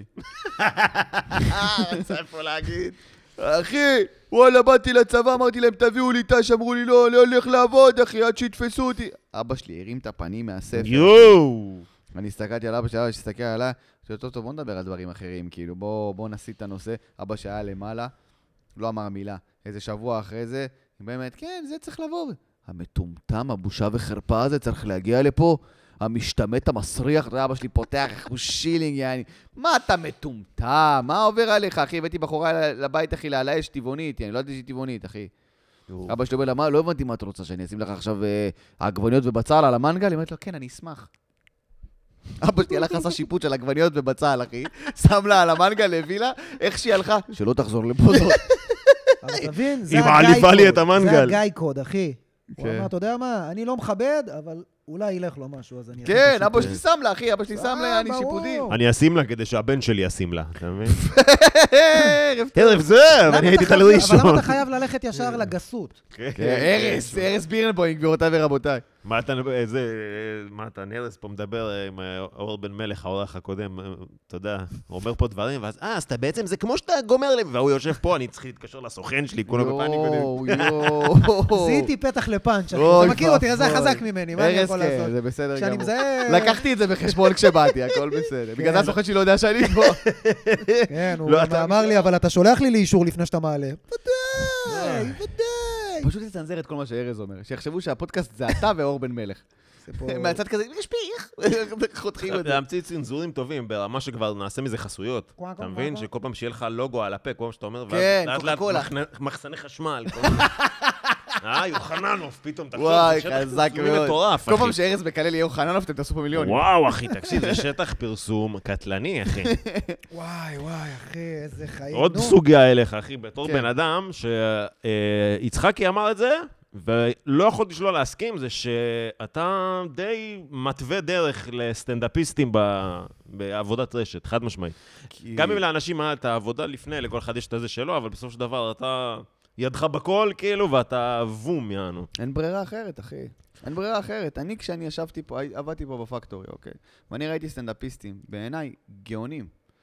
רצה איפה להגיד. אחי, וואלה, באתי לצבא, אמרתי להם, תביאו לי תש, אמרו לי, לא, אני הולך לעבוד, אחי, עד שיתפסו אותי. אבא שלי הרים את הפנים מהספר. יואו! אני הסתכלתי על אבא שלי, שהסתכל עליי, טוב, בוא נדבר על דברים אחרים, כאילו, בוא נסיט את הנושא. אבא שהיה למעלה, לא אמר מילה. איזה שבוע אחרי זה, באמת, כן, זה צריך לבוא. המטומטם, הבושה וחרפה הזה, צריך להגיע לפה. המשתמט המסריח, אבא שלי פותח, איך הוא שילינג, יעני. מה אתה מטומטם? מה עובר עליך, אחי? הבאתי בחורה לבית, אחי, לעלה יש טבעונית, אני לא יודעת שהיא טבעונית, אחי. אבא שלי אומר לה, לא הבנתי מה את רוצה, שאני אשים לך עכשיו עגבניות ובצל על המנגל? היא אומרת לו, כן, אני אשמח. אבא שלי הלך עשה שיפוט של עגבניות ובצל, אחי. שם לה על המנגל, הביא לה, איך שהיא הלכה, שלא תחזור לפה זאת. אבל תבין, היא מעליבה לי את המנגל. זה הגיא קוד, אחי. הוא אמר, אתה יודע מה, אני לא מכבד, אבל אולי ילך לו משהו, אז אני... כן, אבא שלי שם לה, אחי, אבא שלי שם לה, אני שיפודים. אני אשים לה כדי שהבן שלי ישים לה, אתה מבין? ערב זה, ואני הייתי תלוי ראשון. אבל למה אתה חייב ללכת ישר לגסות? ארז בירנבוים, גבירותיי ורבותיי. מה אתה נרס פה מדבר עם אור בן מלך, האורח הקודם, אתה יודע, הוא אומר פה דברים, ואז, אז אתה בעצם, זה כמו שאתה גומר לי, והוא יושב פה, אני צריך להתקשר לסוכן שלי, כולו בפאניק. זיהיתי פתח לפאנץ', אחי. אתה מכיר אותי, זה חזק ממני, מה אני יכול לעשות? זה בסדר כשאני גמור. מזהה... לקחתי את זה בחשבון כשבאתי, הכל בסדר. בגלל זה הסוכן שלי לא יודע שאני פה. כן, הוא אמר לי, אבל אתה שולח לי לאישור לפני שאתה מעלה. ודאי. פשוט תצנזר את כל מה שארז אומר, שיחשבו שהפודקאסט זה אתה ואור בן מלך. מהצד כזה, משפיך, חותכים את זה. להמציא צנזורים טובים, ברמה שכבר נעשה מזה חסויות. אתה מבין? שכל פעם שיהיה לך לוגו על הפה, כל פעם שאתה אומר, ואז לאט לאט מחסני חשמל. יוחננוף, פתאום תחשוב, וואי, זה חזק שטח פרסומי מטורף, כל פעם שארז מקלל יהיה יוחננוף, אתם תעשו פה מיליונים. וואו, אחי, תקשיב, זה שטח פרסום קטלני, אחי. וואי, אחי, איזה חיים. עוד סוגיה אליך, אחי, בתור בן אדם, שיצחקי אמר את זה, ולא יכול לשלול להסכים, זה שאתה די מתווה דרך לסטנדאפיסטים בעבודת רשת, חד משמעית. גם אם לאנשים היה את העבודה לפני, לכל אחד יש את זה שלו, אבל בסופו של דבר אתה ידך בכל, כאילו, ואתה וום, יענו. אין ברירה אחרת, אחי. אין ברירה אחרת. אני, כשאני ישבתי פה, עבדתי פה בפקטורי, אוקיי? ואני ראיתי סטנדאפיסטים, בעיניי, גאונים.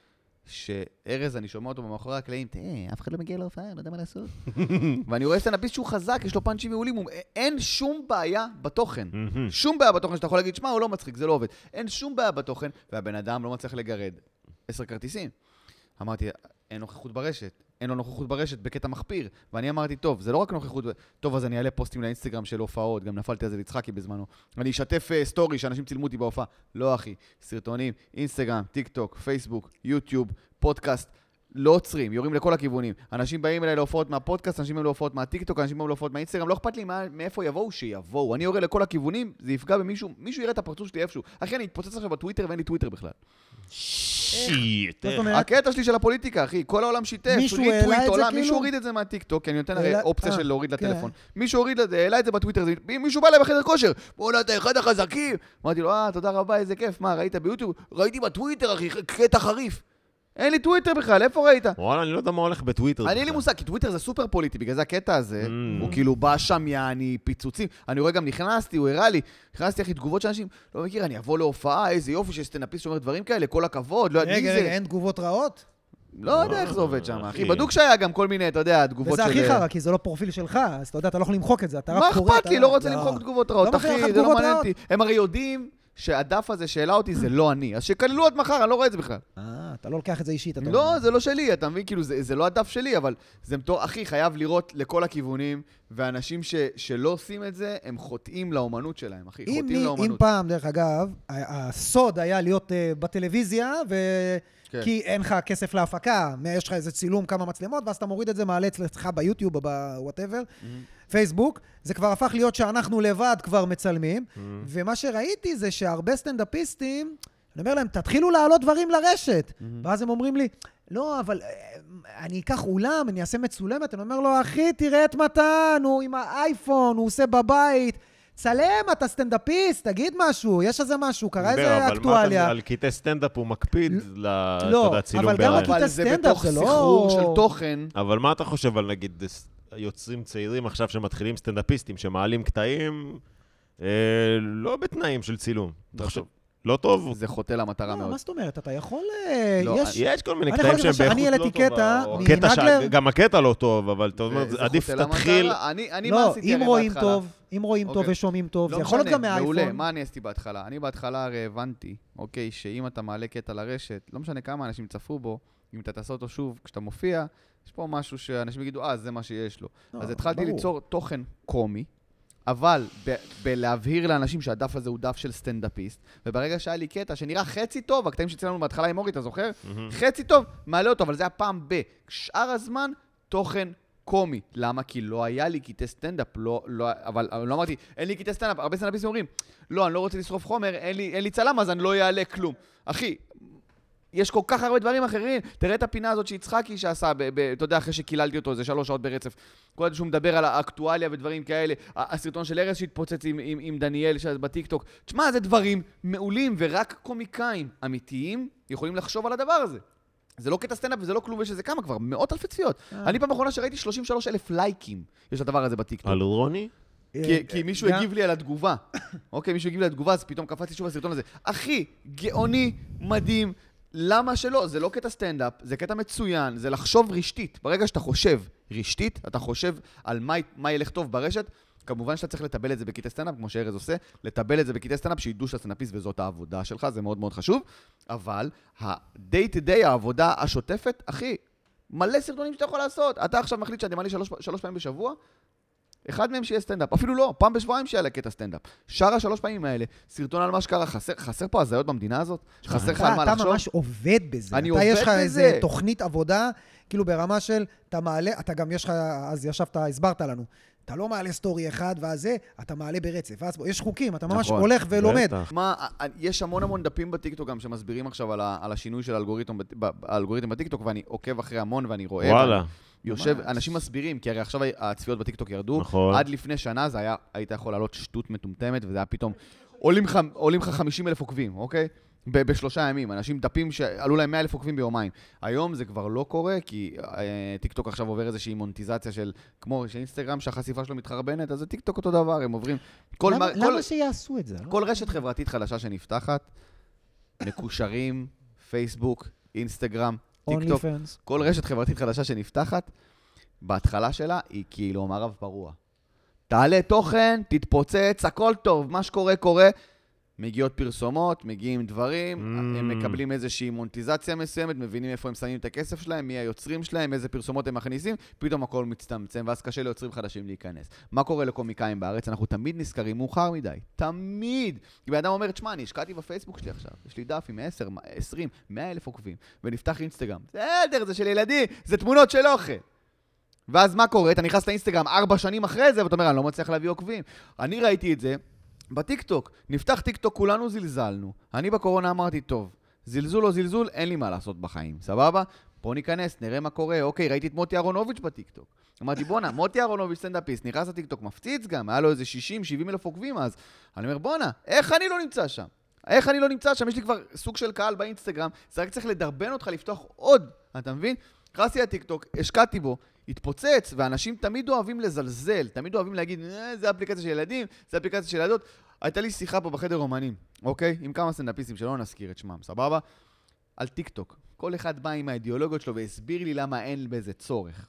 שארז, אני שומע אותו במאחורי הקלעים, אף אחד לא מגיע להופעה, לא יודע מה לעשות. ואני רואה סטנדאפיסט שהוא חזק, יש לו פאנצ'ים מעולים, אין שום בעיה בתוכן. שום בעיה בתוכן שאתה יכול להגיד, שמה, הוא לא מצחיק, זה לא עובד. אין שום בעיה בתוכן, והבן אדם לא מצליח לגרד 10 כרטיסים. אמרתי, אין נוכחות ברשת. אין לו נוכחות ברשת בקטע מחפיר. ואני אמרתי, טוב, זה לא רק נוכחות, טוב, אז אני אעלה פוסטים לאינסטגרם של הופעות, גם נפלתי על זה ליצחקי בזמנו. אני אשתף סטורי שאנשים צילמו אותי בהופעה. לא, אחי. סרטונים, אינסטגרם, טיק טוק, פייסבוק, יוטיוב, פודקאסט, לא עוצרים, יורים לכל הכיוונים. אנשים באים אליי להופעות מהפודקאסט, אנשים באים להופעות מהטיק-טוק, אנשים באים להופעות מהאינסטגרם, לא אכפת לי מאיפה יבואו, שיבואו. אני יורה לכל הכיוונים, זה יפגע במישהו, מישהו יראה את הפרצוף שלי איפשהו. אחי, אני אתפוצץ עכשיו בטוויטר ואין לי טוויטר בכלל. שיט. הקטע שלי של הפוליטיקה, אחי, כל העולם שיתף, ריטוויט עולם, מישהו הוריד את זה מהטיק-טוק, כי אני נותן הרי אופציה של להוריד לטלפון. מישהו הוריד את זה, העלה את זה בטוויטר, מישהו בא אליי בחדר כושר, בוא נתן אחד החזקים. אמרתי לו, תודה רבה, איזה כיף, מה, ראית ביוטיוב? ראיתי בטוויטר, אחי, קטע חריף. אין לי טוויטר בכלל, איפה ראית? וואלה, אני לא יודע מה הולך בטוויטר. אני אין לי מושג, כי טוויטר זה סופר פוליטי, בגלל זה הקטע הזה, הוא כאילו בא שם יעני פיצוצים. אני רואה גם נכנסתי, הוא הראה לי, נכנסתי אחי תגובות של אנשים, לא מכיר, אני אבוא להופעה, איזה יופי שסטנדאפיסט שאומר דברים כאלה, כל הכבוד, לא יודעת מי זה. רגע, אין תגובות רעות? לא יודע איך זה עובד שם, אחי. בדוק שהיה גם כל מיני, אתה יודע, תגובות של... וזה הכי חרא, כי זה לא פרופיל שלך, אז אתה יודע, אתה לא יכול למחוק את זה, אתה רק קורא... מה אכפת לי? לא רוצה למחוק תגובות רעות, אחי, זה לא מעניין אותי. הם הרי יודעים שהדף הזה שאלה אותי זה לא אני, אז שכללו עד מחר, אני לא רואה את זה בכלל. אתה לא לוקח את זה אישית, אתה לא, זה לא שלי, אתה מבין, כאילו, זה לא הדף שלי, אבל זה אחי, חייב לראות לכל הכיוונים, ואנשים שלא עושים את זה, הם חוטאים לאומנות שלהם, אחי, חוטאים לאומנות. אם פעם, דרך אגב, הסוד היה להיות בטלוויזיה, כי אין לך כסף להפקה, יש לך איזה צילום, כמה מצלמות, ואז אתה מוריד את זה, מעלה אצלך ביוטיוב או בוואטאבר, פייסבוק, זה כבר הפך להיות שאנחנו לבד כבר מצלמים, ומה שראיתי זה שהרבה סטנדאפיסטים, אני אומר להם, תתחילו להעלות דברים לרשת, ואז הם אומרים לי, לא, אבל אני אקח אולם, אני אעשה מצולמת, אני אומר לו, אחי, תראה את מתן, הוא עם האייפון, הוא עושה בבית, צלם, אתה סטנדאפיסט, תגיד משהו, יש איזה משהו, קרא איזה אקטואליה. אבל על קטעי סטנדאפ הוא מקפיד אבל לצילום גם על קטעי סטנדאפ זה לא... בתוך סחרור של תוכן. אבל מה אתה חושב על נגיד יוצרים צעירים עכשיו שמתחילים סטנדאפיסטים, שמעלים קטעים לא בתנאים של צילום? אתה חושב? לא טוב? זה חוטא למטרה מאוד. מה זאת אומרת? אתה יכול... יש כל מיני קטעים שהם באיכות אני העליתי קטע מנגלר. גם הקטע לא טוב, אבל אתה אומר, עדיף תתחיל... לא, אם רואים טוב ושומעים טוב, זה יכול להיות גם מהאייפון. מעולה, מה אני עשיתי בהתחלה? אני בהתחלה הרי הבנתי, אוקיי, שאם אתה מעלה קטע לרשת, לא משנה כמה אנשים צפו בו, אם אתה תעשה אותו שוב, כשאתה מופיע, יש פה משהו שאנשים יגידו, זה מה שיש לו. אז התחלתי ליצור תוכן קומי, אבל בלהבהיר לאנשים שהדף הזה הוא דף של סטנדאפיסט, וברגע שהיה לי קטע שנראה חצי טוב, הקטעים שצילמנו בהתחלה עם אורי, אתה זוכר? חצי טוב, מעלה אותו, אבל זה היה פעם שאר הזמן, תוכן קומי. למה? כי לא היה לי קטעי סטנדאפ, אבל לא אמרתי, אין לי קטעי סטנדאפ, הרבה סטנדאפיסטים אומרים, לא, אני לא רוצה לשרוף חומר, אין לי צלם, אז אני לא יעלה כלום. אחי, יש כל כך הרבה דברים אחרים. תראה את הפינה הזאת שיצחקי שעשה, אתה יודע, אחרי שקיללתי אותו, זה 3 שעות ברצף. כל הזמן שהוא מדבר על האקטואליה ודברים כאלה. הסרטון של ארז שהתפוצץ עם דניאל בטיקטוק. תשמע, זה דברים מעולים, ורק קומיקאים אמיתיים יכולים לחשוב על הדבר הזה. זה לא קטע סטנדאפ וזה לא כלום, ושזה כמה כבר, 100,000 צפיות. אני פעם האחרונה שראיתי 33,000 לייקים. יש לדבר הזה בטיקטוק. על רוני? כי מישהו הגיב לי על התגובה. אוקיי, מישהו הגיב לתגובה, אז פתאום קפצתי שוב הסרטון הזה. אחי, גאוני, מדהים, למה שלא? זה לא קטע סטנדאפ, זה קטע מצוין, זה לחשוב רשתית. ברגע שאתה חושב רשתית, אתה חושב על מה ילך טוב ברשת, כמובן שאתה צריך לטבל את זה בקטעי סטנדאפ, כמו שארז עושה, לטבל את זה בקטעי סטנדאפ, שידעו שאתה סטנדאפיסט וזאת העבודה שלך, זה מאוד מאוד חשוב, אבל ה-day to day, העבודה השוטפת, אחי, מלא סרטונים שאתה יכול לעשות. אתה עכשיו מחליט שאתה מעלה 3 פעמים בשבוע, אחד מהם שיהיה סטנדאפ, אפילו לא, פעם בשבועיים שיהיה לקטע סטנדאפ. שאר 3 פעמים האלה, סרטון על מה שקרה, חסר פה הזיות במדינה הזאת? חסר לך על מה לחשוב? אתה ממש עובד בזה. אני עובד בזה. יש לך איזה תוכנית עבודה, כאילו ברמה של, אתה מעלה, אתה גם יש לך, אז ישבת, הסברת לנו, אתה לא מעלה סטורי אחד, ואז זה, אתה מעלה ברצף. ואז יש חוקים, אתה ממש הולך ולומד. יש המון דפים בטיקטוק גם שמסבירים עכשיו על השינוי של האלגוריתם בטיקטוק, ואני עוקב אחרי המון ואני רואה. וואלה. יושב, אנשים מסבירים, כי הרי עכשיו הצפיות בטיקטוק ירדו, נכון. עד לפני שנה זה היה, היית יכול לעלות שטות מטומטמת, וזה היה פתאום, עולים לך 50,000 עוקבים, אוקיי? ב3 ימים, אנשים דפים שעלו להם 100,000 עוקבים ביומיים. היום זה כבר לא קורה, כי טיקטוק עכשיו עובר איזושהי מונטיזציה של, כמו שאינסטגרם, שהחשיפה שלו מתחרבנת, אז זה טיקטוק אותו דבר, הם עוברים... למה שיעשו את זה? כל רשת חברתית חדשה שנפתחת, מקושרים, פייסבוק, אינסטגרם, טיקטוק, כל רשת חברתית חדשה שנפתחת, בהתחלה שלה היא כאילו מערב פרוע. תעלה תוכן, תתפוצץ, הכל טוב, מה שקורה קורה, מגיעות פרסומות, מגיעים דברים, הם מקבלים איזושהי מונטיזציה מסוימת, מבינים איפה הם שמים את הכסף שלהם, מי היוצרים שלהם, איזה פרסומות הם מכניסים, פתאום הכל מצטמצם, ואז קשה ליוצרים חדשים להיכנס. מה קורה לקומיקאים בארץ? אנחנו תמיד נזכרים מאוחר מדי. תמיד! כי באדם אומר, תשמע, אני השקעתי בפייסבוק שלי עכשיו, יש לי דף עם 10, 20, 100,000 עוקבים, ונפתח אינסטגרם. בסדר, זה של ילדים, זה תמונות של אוכל. ואז מה קורה? אתה נכנס לאינסטגרם 4 שנים אחרי זה, ואתה אומר, אני לא מצליח להביא עוקבים. אני ראיתי את זה בטיקטוק. נפתח טיקטוק, כולנו זלזלנו. אני בקורונה אמרתי, טוב, זלזול או זלזול, אין לי מה לעשות בחיים. סבבה? בוא ניכנס, נראה מה קורה. אוקיי, ראיתי את מוטי אהרונוביץ' בטיקטוק. אמרתי, בונה, מוטי אהרונוביץ' סטנדאפיסט, נכנס לטיקטוק, מפציץ גם, היה לו איזה 60-70 אלף עוקבים אז. אני אומר, בונה, איך אני לא נמצא שם? איך אני לא נמצא שם? יש לי כבר סוג של קהל באינסטגרם, זה רק צריך לדרבן אותך לפתוח עוד, אתה מבין? נכנסתי לטיקטוק, השקעתי בו, התפוצץ, ואנשים תמיד אוהבים לזלזל, תמיד אוהבים להגיד, זה אפליקציה של ילדים, זה אפליקציה של ילדות. הייתה לי שיחה פה בחדר אומנים, אוקיי? עם כמה סטנדאפיסטים שלא נזכיר את שמם, סבבה? על טיקטוק. כל אחד בא עם האידיאולוגיות שלו והסביר לי למה אין בזה צורך.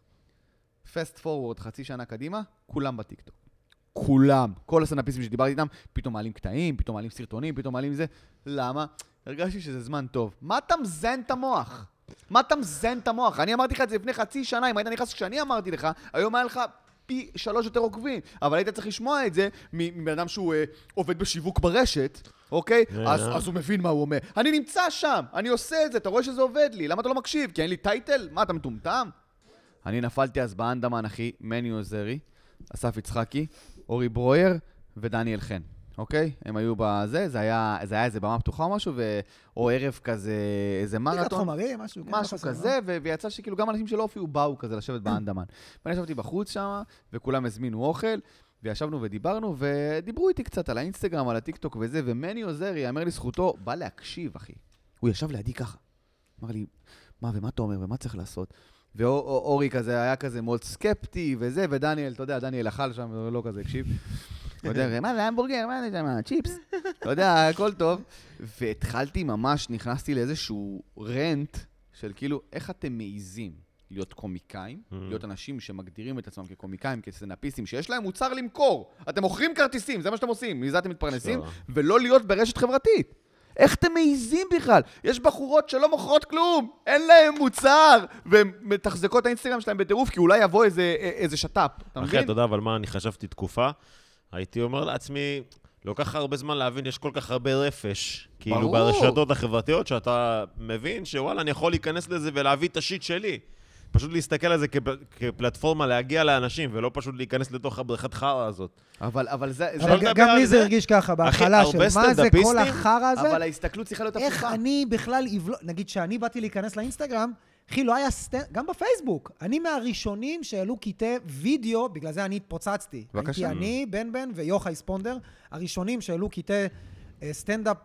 פסט פורוורד, חצי שנה קדימה, כולם בטיקטוק. כולם. כל הסטנדאפיסטים שדיברתי איתם, פתאום מעלים קטעים, פתאום מעלים סרטונים, פתאום מעלים זה. למה? הרגשתי שזה זמן טוב. מה אתה מזן את המוח? מה אתה מזן את המוח? אני אמרתי לך את זה לפני חצי שנה, אם היית נכנס כשאני אמרתי לך, היום היה לך פי 3 יותר עוקבים, אבל היית צריך לשמוע את זה מבן אדם שהוא עובד בשיווק ברשת, אוקיי? אז הוא מבין מה הוא אומר. אני נמצא שם, אני עושה את זה, אתה רואה שזה עובד לי, למה אתה לא מקשיב? כי אין לי טייטל? מה, אתה מטומטם? אני נפלתי אז באנדמן, אחי, מני עוזרי, אסף יצחקי, אורי ברויר ודניאל חן. אוקיי? הם היו בזה, זה היה איזה במה פתוחה או משהו, או ערב כזה, איזה מרתון. חומרים, משהו כזה, ויצא שכאילו גם אנשים שלא הופיעו באו כזה לשבת באנדמן. ואני ישבתי בחוץ שם, וכולם הזמינו אוכל, וישבנו ודיברנו, ודיברו איתי קצת על האינסטגרם, על הטיקטוק וזה, ומני עוזרי, יאמר לי זכותו, בא להקשיב, אחי. הוא ישב לידי ככה. אמר לי, מה ומה אתה אומר, ומה צריך לעשות? ואורי כזה היה כזה מאוד סקפטי וזה, ודניאל, אתה יודע, דניאל אכל שם, ולא כזה הקשיב. אתה יודע, מה זה המבורגר, מה זה שם, צ'יפס, אתה יודע, הכל טוב. והתחלתי ממש, נכנסתי לאיזשהו רנט של כאילו, איך אתם מעיזים להיות קומיקאים, להיות אנשים שמגדירים את עצמם כקומיקאים, כסטנדאפיסטים, שיש להם מוצר למכור. אתם מוכרים כרטיסים, זה מה שאתם עושים, מזה אתם מתפרנסים, ולא להיות ברשת חברתית. איך אתם מעיזים בכלל? יש בחורות שלא מוכרות כלום, אין להם מוצר, והן מתחזקות את האינסטגרם שלהם בטירוף, כי אולי יבוא איזה שטאפ, אתה מבין? אחי, אתה יודע, אבל מה, אני חשבתי תקופה, הייתי אומר לעצמי, לא כך הרבה זמן להבין, יש כל כך הרבה רפש, כאילו ברשתות החברתיות, שאתה מבין שוואלה, אני יכול להיכנס לזה ולהביא את השיט שלי. פשוט להסתכל על זה כפלטפורמה להגיע לאנשים, ולא פשוט להיכנס לתוך הבריכת חרא הזאת. אבל זה... גם לי זה הרגיש ככה, בהתחלה של מה זה כל החרא הזה. אבל ההסתכלות צריכה להיות הפוכה. איך אני בכלל, נגיד שאני באתי להיכנס לאינסטגרם, אחי, לא היה גם בפייסבוק. אני מהראשונים שהעלו קטעי וידאו, בגלל זה אני התפוצצתי. הייתי אני, בן ויוחאי ספונדר, הראשונים שהעלו קטעי סטנדאפ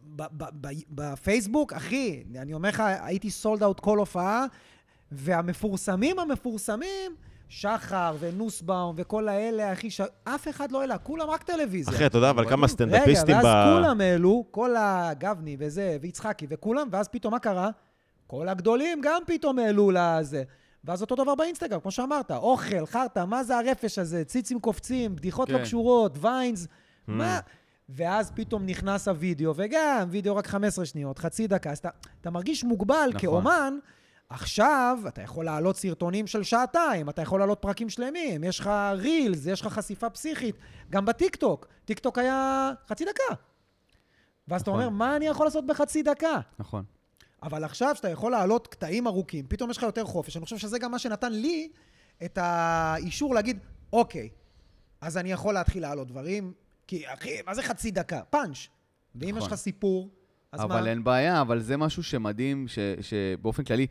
בפייסבוק. אחי, אני אומר לך, הייתי סולד אאוט כל הופעה, והמפורסמים, שחר ונוסבאום וכל האלה, אחי, אף אחד לא העלה, כולם רק טלוויזיה. אחי, אתה יודע, אבל כמה סטנדאפיסטים רגע, ואז כולם העלו, כל הגבני וזה, ויצחקי וכולם, ואז פתאום מה קרה? כל הגדולים גם פתאום העלו לזה. ואז אותו דבר באינסטגרם, כמו שאמרת, אוכל, חרטה, מה זה הרפש הזה? ציצים קופצים, בדיחות לא קשורות, ויינס, מה? ואז פתאום נכנס הוידאו, וגם וידאו רק 15 שניות, חצי דקה, אז אתה מרגיש מוגבל כאומן, עכשיו אתה יכול לעלות סרטונים של שעתיים, אתה יכול לעלות פרקים שלמים, יש לך רילס, יש לך חשיפה פסיכית, גם בטיקטוק, טיקטוק היה חצי דקה. ואז אתה אומר, מה אני יכול לעשות בחצי דקה? נכון. אבל עכשיו שאתה יכול לעלות קטעים ארוכים, פתאום יש לך יותר חופש. אני חושב שזה גם מה שנתן לי את האישור להגיד, אוקיי, אז אני יכול להתחיל לעלות דברים, כי אחי, מה זה חצי דקה? פאנץ'. ואם יש לך סיפור, אז מה? אבל אין בעיה, אבל זה משהו שמדהים, שבאופן כללי,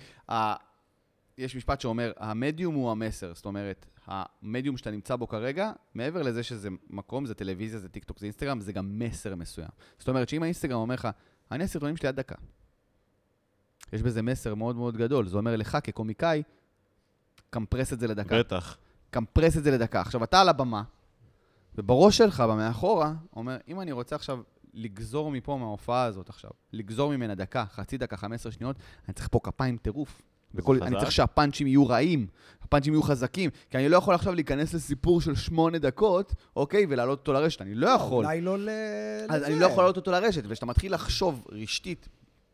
יש משפט שאומר, המדיום הוא המסר. זאת אומרת, המדיום שאתה נמצא בו כרגע, מעבר לזה שזה מקום, זה טלוויזיה, זה טיקטוק, זה אינסטגרם, זה גם מסר מסוים. זאת אומרת, שאם האינסטגרם אומר לך, אני הסרטונים שלי עד דקה. יש בזה מסר מאוד מאוד גדול. זה אומר לך כקומיקאי, קמפרס את זה לדקה. בטח. קמפרס את זה לדקה. עכשיו, אתה על הבמה, ובראש שלך, במאחורה, אומר, אם אני רוצה עכשיו לגזור מפה מההופעה הזאת עכשיו, לגזור ממנה דקה, חצי דקה, 15 שניות, אני צריך פה כפיים טירוף. אני צריך שהפאנצ'ים יהיו רעים, הפאנצ'ים יהיו חזקים, כי אני לא יכול עכשיו להיכנס לסיפור של 8 דקות, אוקיי, ולהעלות אותו לרשת. אני לא יכול. אולי לא אז אני לא יכול להעלות אותו לרשת, וכשאתה מתחיל לחשוב רשתית,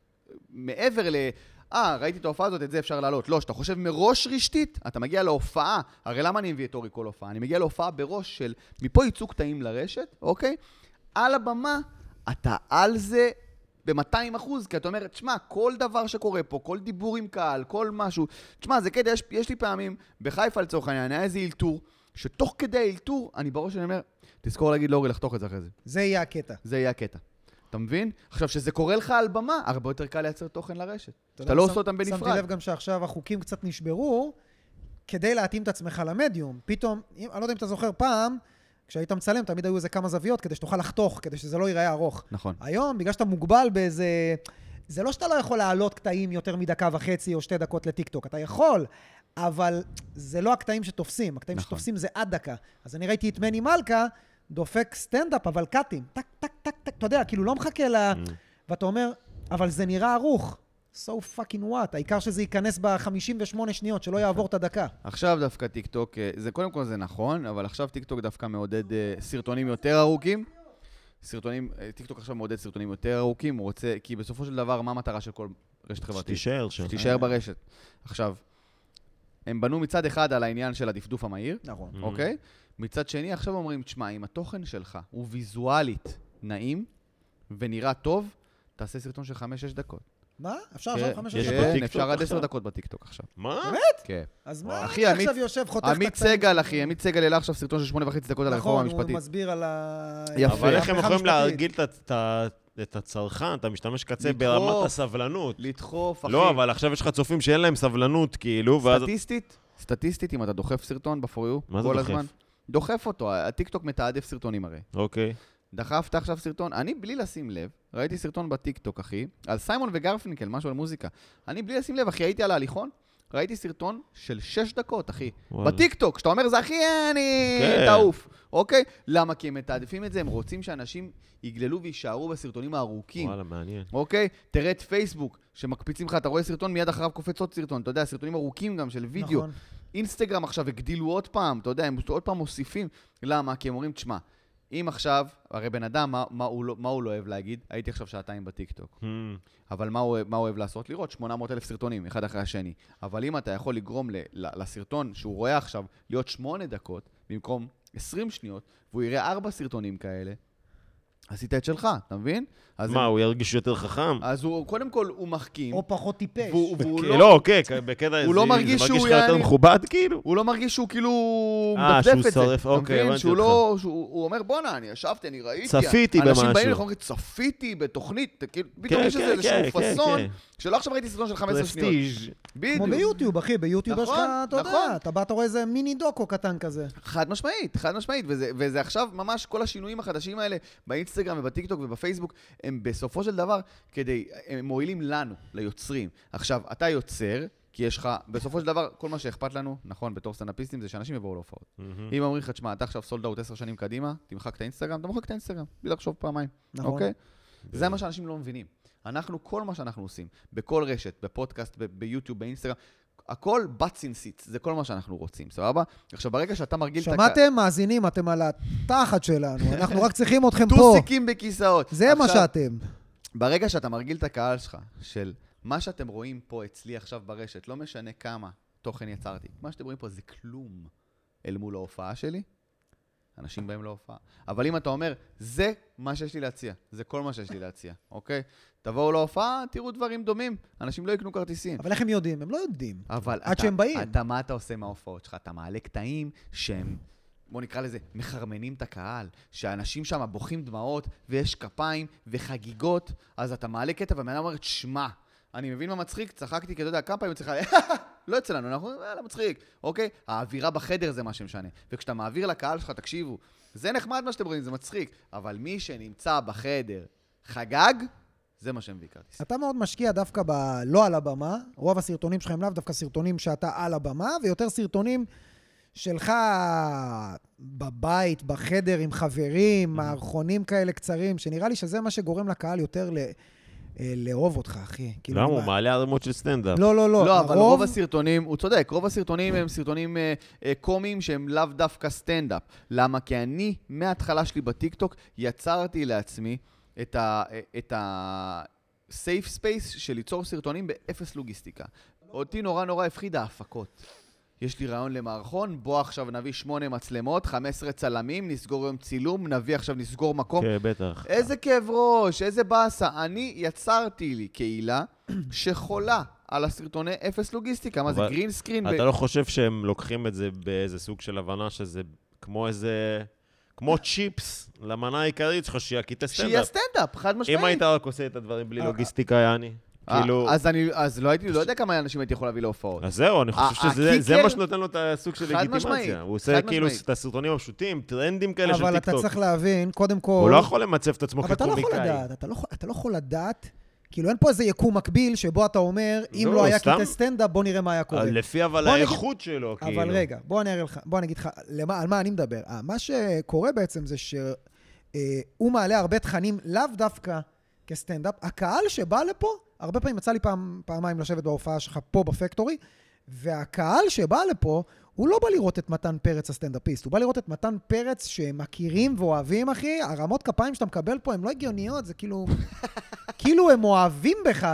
מעבר ראיתי את ההופעה הזאת, את זה אפשר לעלות. לא, שאתה חושב מראש רשתית, אתה מגיע להופעה, הרי למה אני מביא את אורי כל הופעה? אני מגיע להופעה בראש של, מפה ייצוג טעים לרשת, אוקיי? על הבמה, אתה על זה ב-200%, כי אתה אומר, תשמע, כל דבר שקורה פה, כל דיבור עם קהל, כל משהו, תשמע, זה כדי, יש לי פעמים, בחיפה לצורך העניין, היה איזה אילתור, שתוך כדי האילתור, אני בראש אני אומר, תזכור להגיד לאורי לחתוך את זה אחרי זה. זה יהיה הקטע. זה יהיה הקטע. אתה מבין? עכשיו, שזה קורה לך על במה, הרבה יותר קל לייצר תוכן לרשת. אתה לא עושה אותם בנפרד. שמתי לב גם שעכשיו החוקים קצת נשברו, כדי להתאים את עצמך למדיום. פתאום, אני לא יודע אם אתה זוכר פעם, כשהיית מצלם, תמיד היו איזה כמה זוויות, כדי שתוכל לחתוך, כדי שזה לא ייראה ארוך. נכון. היום, בגלל שאתה מוגבל באיזה... זה לא שאתה לא יכול לעלות קטעים יותר מדקה וחצי או 2 דקות לטיקטוק. אתה יכול, אבל זה לא הקטעים שתופסים. הקטעים שתופסים זה עד דקה. אז אני ראיתי את מני מלכה, דופק סטנדאפ, אבל קאטים. טק, טק, טק, טק. אתה יודע, כאילו לא מחכה ואתה אומר, אבל זה נראה ערוך. So fucking what? העיקר שזה ייכנס ב-58 שניות, שלא יעבור את הדקה. עכשיו דווקא טיקטוק, זה קודם כל זה נכון, אבל עכשיו טיקטוק דווקא מעודד סרטונים יותר ארוכים. טיקטוק עכשיו מעודד סרטונים יותר ארוכים, הוא רוצה, כי בסופו של דבר, מה המטרה של כל רשת חברתית? שתישאר ברשת. עכשיו, הם בנו מצד אחד על העניין של הדפדוף המהיר, נכון. אוקיי? מצד שני, עכשיו אומרים, תשמע, אם התוכן שלך הוא ויזואלית נעים ונראה טוב, תעשה סרטון של 5-6 דקות. מה? אפשר עכשיו 5 דקות? כן, אפשר עד 10 דקות בטיקטוק עכשיו. מה? באמת? כן. אז מה? אחי, עכשיו יושב, חותך את עמית סגל, אחי, עמית סגל העלה עכשיו סרטון של 8.5 דקות על הרפורמה המשפטית. נכון, הוא מסביר על ה... יפה. אבל איך הם יכולים להרגיל את הצרכן, את המשתמש קצה ברמת הסבלנות? לדחוף, אחי. לא, אבל עכשיו יש לך צופים שאין להם סבלנות, כאילו, ואז... סטטיסטית, אם אתה דוחף סרטון ב-for you, מה זה דוחף? דוחף אותו, הטיקטוק מתעדף סרטונים הרי. אוקיי. דחפת עכשיו סרטון, אני בלי לשים לב, ראיתי סרטון בטיקטוק, אחי, על סיימון וגרפינקל, משהו על מוזיקה. אני בלי לשים לב, אחי, הייתי על ההליכון, ראיתי סרטון של 6 דקות, אחי. בטיקטוק, שאתה אומר, זה הכי אני תעוף. אוקיי? למה? כי הם מתעדפים את זה, הם רוצים שאנשים יגללו וישארו בסרטונים הארוכים. וואלה, מעניין. אוקיי? תראה את פייסבוק, שמקפיצים לך, אתה רואה סרטון, מיד אחריו קופץ עוד סרטון, אתה יודע, סרטונים ארוכים גם של וידאו. נכון. אינסטגרם עכשיו הגדילו עוד פעם, אתה יודע, הם עוד פעם מוסיפים. למה? כי הם אומרים, תשמע, אם עכשיו, הרי בן אדם, מה הוא לא אוהב להגיד? הייתי עכשיו שעתיים בטיקטוק. אבל מה הוא אוהב לעשות? לראות 800,000 סרטונים, אחד אחרי השני. אבל אם אתה יכול לגרום לסרטון שהוא רואה עכשיו להיות 8 דקות, במקום 20 שניות, והוא יראה 4 סרטונים כאלה, עשית את שלך, אתה מבין? מה, הוא ירגיש יותר חכם? אז הוא, קודם כל, הוא מחכים. או פחות טיפש. לא, כן, בקטע הוא לא מרגיש שהוא לך יותר מכובד, כאילו? הוא לא מרגיש שהוא כאילו מדפדף את זה. שהוא שורף, אוקיי, הבנתי אותך. הוא אומר, בוא'נה, אני ישבתי, אני ראיתי. צפיתי במשהו. אנשים באים לכם, צפיתי בתוכנית, פתאום יש איזשהו פסון, שלא עכשיו ראיתי סרטון של 15 שניות. כמו ביוטיוב, אחי, ביוטיוב יש לך, אתה יודע, אתה בא, אתה רואה איזה מיני דוקו קטן כזה. חד משמעית, וזה עכשיו ממש כל השינויים החדשים האלה באינסטגרם ובטיקטוק ובפייסבוק, הם בסופו של דבר הם מועילים לנו, ליוצרים. עכשיו, אתה יוצר, כי יש לך, בסופו של דבר, כל מה שאכפת לנו, נכון, בתור סטנדאפיסטים, זה שאנשים יבואו להופעות. אם אומרים לך, תשמע, אתה עכשיו סולד אאוט 10 שנים קדימה, תמחק את האינסטגרם, אתה מוחק את האינסטגרם, בלי לחשוב פעמיים. נכון. אוקיי? זה מה שאנשים לא מבינים. כל מה שאנחנו עושים, בכל רשת, בפודקאסט, ביוטיוב, באינסטגרם, הכל butts in seats, זה כל מה שאנחנו רוצים, סבבה? עכשיו, ברגע שאתה מרגיל את שמעתם, מאזינים, אתם על התחת שלנו, אנחנו רק צריכים אתכם פה. טוסיקים בכיסאות. זה מה שאתם. ברגע שאתה מרגיל את הקהל שלך, של מה שאתם רואים פה אצלי עכשיו ברשת, לא משנה כמה תוכן יצרתי, מה שאתם רואים פה זה כלום אל מול ההופעה שלי, אנשים באים להופעה. אבל אם אתה אומר, זה מה שיש לי להציע, זה כל מה שיש לי להציע, אוקיי? תבואו להופעה, תראו דברים דומים, אנשים לא יקנו כרטיסים. אבל איך הם יודעים? הם לא יודעים. אבל עד שהם באים. מה אתה עושה מההופעות שלך? אתה מעלה קטעים שהם, בוא נקרא לזה, מחרמנים את הקהל, שאנשים שם בוכים דמעות, ויש כפיים וחגיגות, אז אתה מעלה קטע, והמנה אומרת, שמע, אני מבין מה מצחיק, צחקתי, כי אתה יודע, כמה פעמים צריכה, לא יוצא לנו, אנחנו, מצחיק, אוקיי? האווירה בחדר זה מה שמשנה. וכשאתה מעביר לקהל שלך, תקשיבו, זה נחמד מה שאתם רואים, זה מצחיק, אבל מי שנמצא בחדר חגג, זה מה שמביא כרטיס. אתה מאוד משקיע דווקא לא על הבמה, רוב הסרטונים שלך הם לאו דווקא סרטונים שאתה על הבמה, ויותר סרטונים שלך בבית, בחדר עם חברים, מערכונים כאלה קצרים, שנראה לי שזה מה שגורם לקהל יותר לאהוב אותך, אחי. למה? הוא מעלה ערימות של סטנדאפ. לא. לא, אבל רוב הסרטונים, הוא צודק, רוב הסרטונים הם סרטונים קומיים שהם לאו דווקא סטנדאפ. למה? כי אני, מההתחלה שלי בטיקטוק, יצרתי לעצמי את ה-safe space של ליצור סרטונים באפס לוגיסטיקה. אותי נורא הפחיד ההפקות. יש לי רעיון למערכון, בוא עכשיו נביא 8 מצלמות, 15 צלמים, נסגור יום צילום, נסגור מקום. כן, בטח. איזה כאב ראש, איזה באסה. אני יצרתי לי קהילה שחולה על הסרטוני אפס לוגיסטיקה. מה זה גרין סקרין? אתה לא חושב שהם לוקחים את זה באיזה סוג של הבנה שזה כמו צ'יפס למנה העיקרית שלך, שיהיה קטע סטנדאפ. שיהיה סטנדאפ, חד משמעית. אם היית רק עושה את הדברים בלי לוגיסטיקה, יעני. אז לא הייתי יודע כמה אנשים הייתי יכול להביא להופעות. אז זהו, אני חושב שזה מה שנותן לו את הסוג של לגיטימציה. הוא עושה כאילו את הסרטונים הפשוטים, טרנדים כאלה של טיקטוק. אבל אתה צריך להבין, קודם כל... הוא לא יכול למצב את עצמו כקומיקאי. אבל אתה לא יכול לדעת, כאילו אין פה איזה יקום מקביל שבו אתה אומר, אם לא היה קטע סטנדאפ, בוא נראה מה היה קורה. לפי אבל האיכות שלו, כאילו. אבל רגע, בוא אני אגיד לך, על מה אני מדבר. מה שקורה בעצם זה שהוא מעלה הרבה תכנים, לאו דווקא כסטנדאפ. הקהל שבא לפה, הרבה פעמים יצא לי פעמיים לשבת בהופעה שלך פה בפקטורי, והקהל שבא לפה, הוא לא בא לראות את מתן פרץ הסטנדאפיסט, הוא בא לראות את מתן פרץ שמכירים ואוהבים, אחי. הרמות כפיים שאתה מקבל פה, הן לא הגיוניות, זה כאילו... כאילו הם אוהבים בך,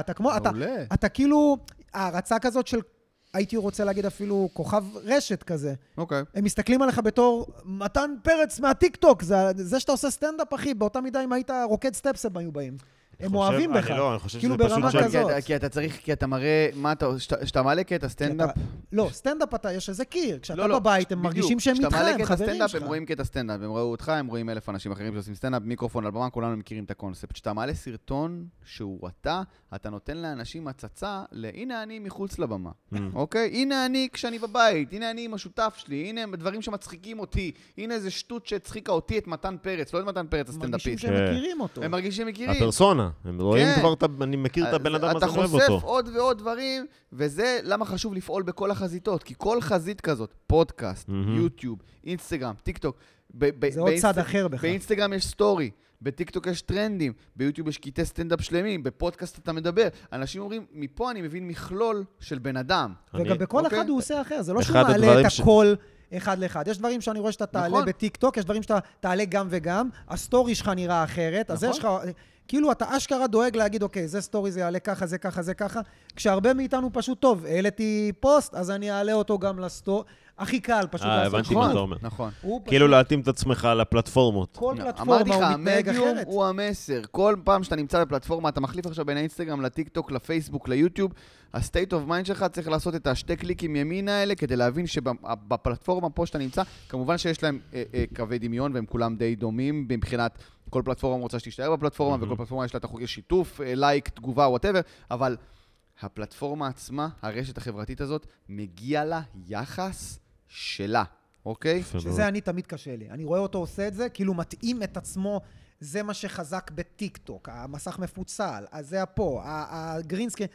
אתה כאילו... הרצה כזאת של... הייתי רוצה להגיד אפילו כוכב רשת כזה. אוקיי. הם מסתכלים עליך בתור מתן פרץ מהטיקטוק, זה שאתה עושה סטנדאפ, אחי, באותה מידה אם היית רוקד סטפס הם היו באים. הם אוהבים בך. אני חושב כאילו שזה פשוט... ברמה כזאת. כי אתה צריך, כי אתה מראה, שאתה מעלה קטע סטנדאפ... לא, סטנדאפ יש איזה קיר. כשאתה בבית, הם מרגישים שהם איתך, הם חברים שלך. הם רואים קטע סטנדאפ, הם ראו אותך, הם רואים 1,000 אנשים אחרים שעושים סטנדאפ, מיקרופון על במה, כולנו מכירים את הקונספט. כשאתה מעלה סרטון שהוא אתה נותן לאנשים הצצה הנה אני מחוץ לבמה. אוקיי? הנה אני כשאני בבית, הנה אני עם השותף שלי, הנה דברים שמצחיקים אותי, הנה איזה שטות שהצחיקה אותי את מתן פרץ, לא את מתן פרץ הסטנדאפיסט. מרגישים שהם מכירים אותו. הם מרגישים שהם מכירים. הפרסונה. הם רואים כבר, אני מכיר את הבן אדם הזה, אני אוהב אותו. אתה חושף עוד ועוד דברים, וזה למה חשוב לפעול בכל החזיתות, כי כל חזית כזאת, פודקאסט, יוטיוב, אינסטגרם, טיקטוק, זה עוד צד אחר בכלל. באינסטגרם יש סטורי, בטיקטוק יש טרנדים, ביוטיוב יש קטעי סטנדאפ שלמים, בפודקאסט אתה מדבר. אנשים אומרים, מפה אני מבין מכלול של בן אדם. וגם בכל אחד הוא עושה אחר, זה לא שהוא מעלה את הכל אחד לאחד. יש דברים שאני רואה שאתה תעלה בטיקטוק, יש דברים שאתה תעלה גם וגם, הסטורי שלך נראה אחרת, אז יש לך... כאילו אתה אשכרה דואג להגיד, אוקיי, זה סטורי, זה יעלה ככה, זה ככה, זה ככה, כשהרבה מאיתנו פשוט טוב, העליתי פוסט, אז אני אעלה אותו גם לסטורי, הכי קל פשוט לעשות. הבנתי מה אתה אומר. נכון. כאילו להתאים את עצמך לפלטפורמות. כל פלטפורמה הוא מתנהג אחרת. המדיום הוא המסר. כל פעם שאתה נמצא בפלטפורמה, אתה מחליף עכשיו בין האינסטגרם לטיקטוק, לפייסבוק, ליוטיוב, ה-state of mind שלך צריך לעשות את השתי קליקים ימין האלה, כדי להבין שבפלטפורמה פה שאתה נמצא, כמובן שיש להם קווי דמיון, והם כולם די דומים, מבחינת כל פלטפורמה רוצה שתשתאר בפלטפורמה, וכל פלטפורמה יש לה תחוקי שיתוף, לייק, תגובה, whatever, אבל הפלטפורמה עצמה, הרשת החברתית הזאת, מגיע לה יחס שלה, אוקיי? שזה אני תמיד קשה לי. אני רואה אותו עושה את זה, כאילו מתאים את עצמו, זה מה שחזק בטיקטוק, המסך מפוצל, אז זה פה, הגרינסקרין,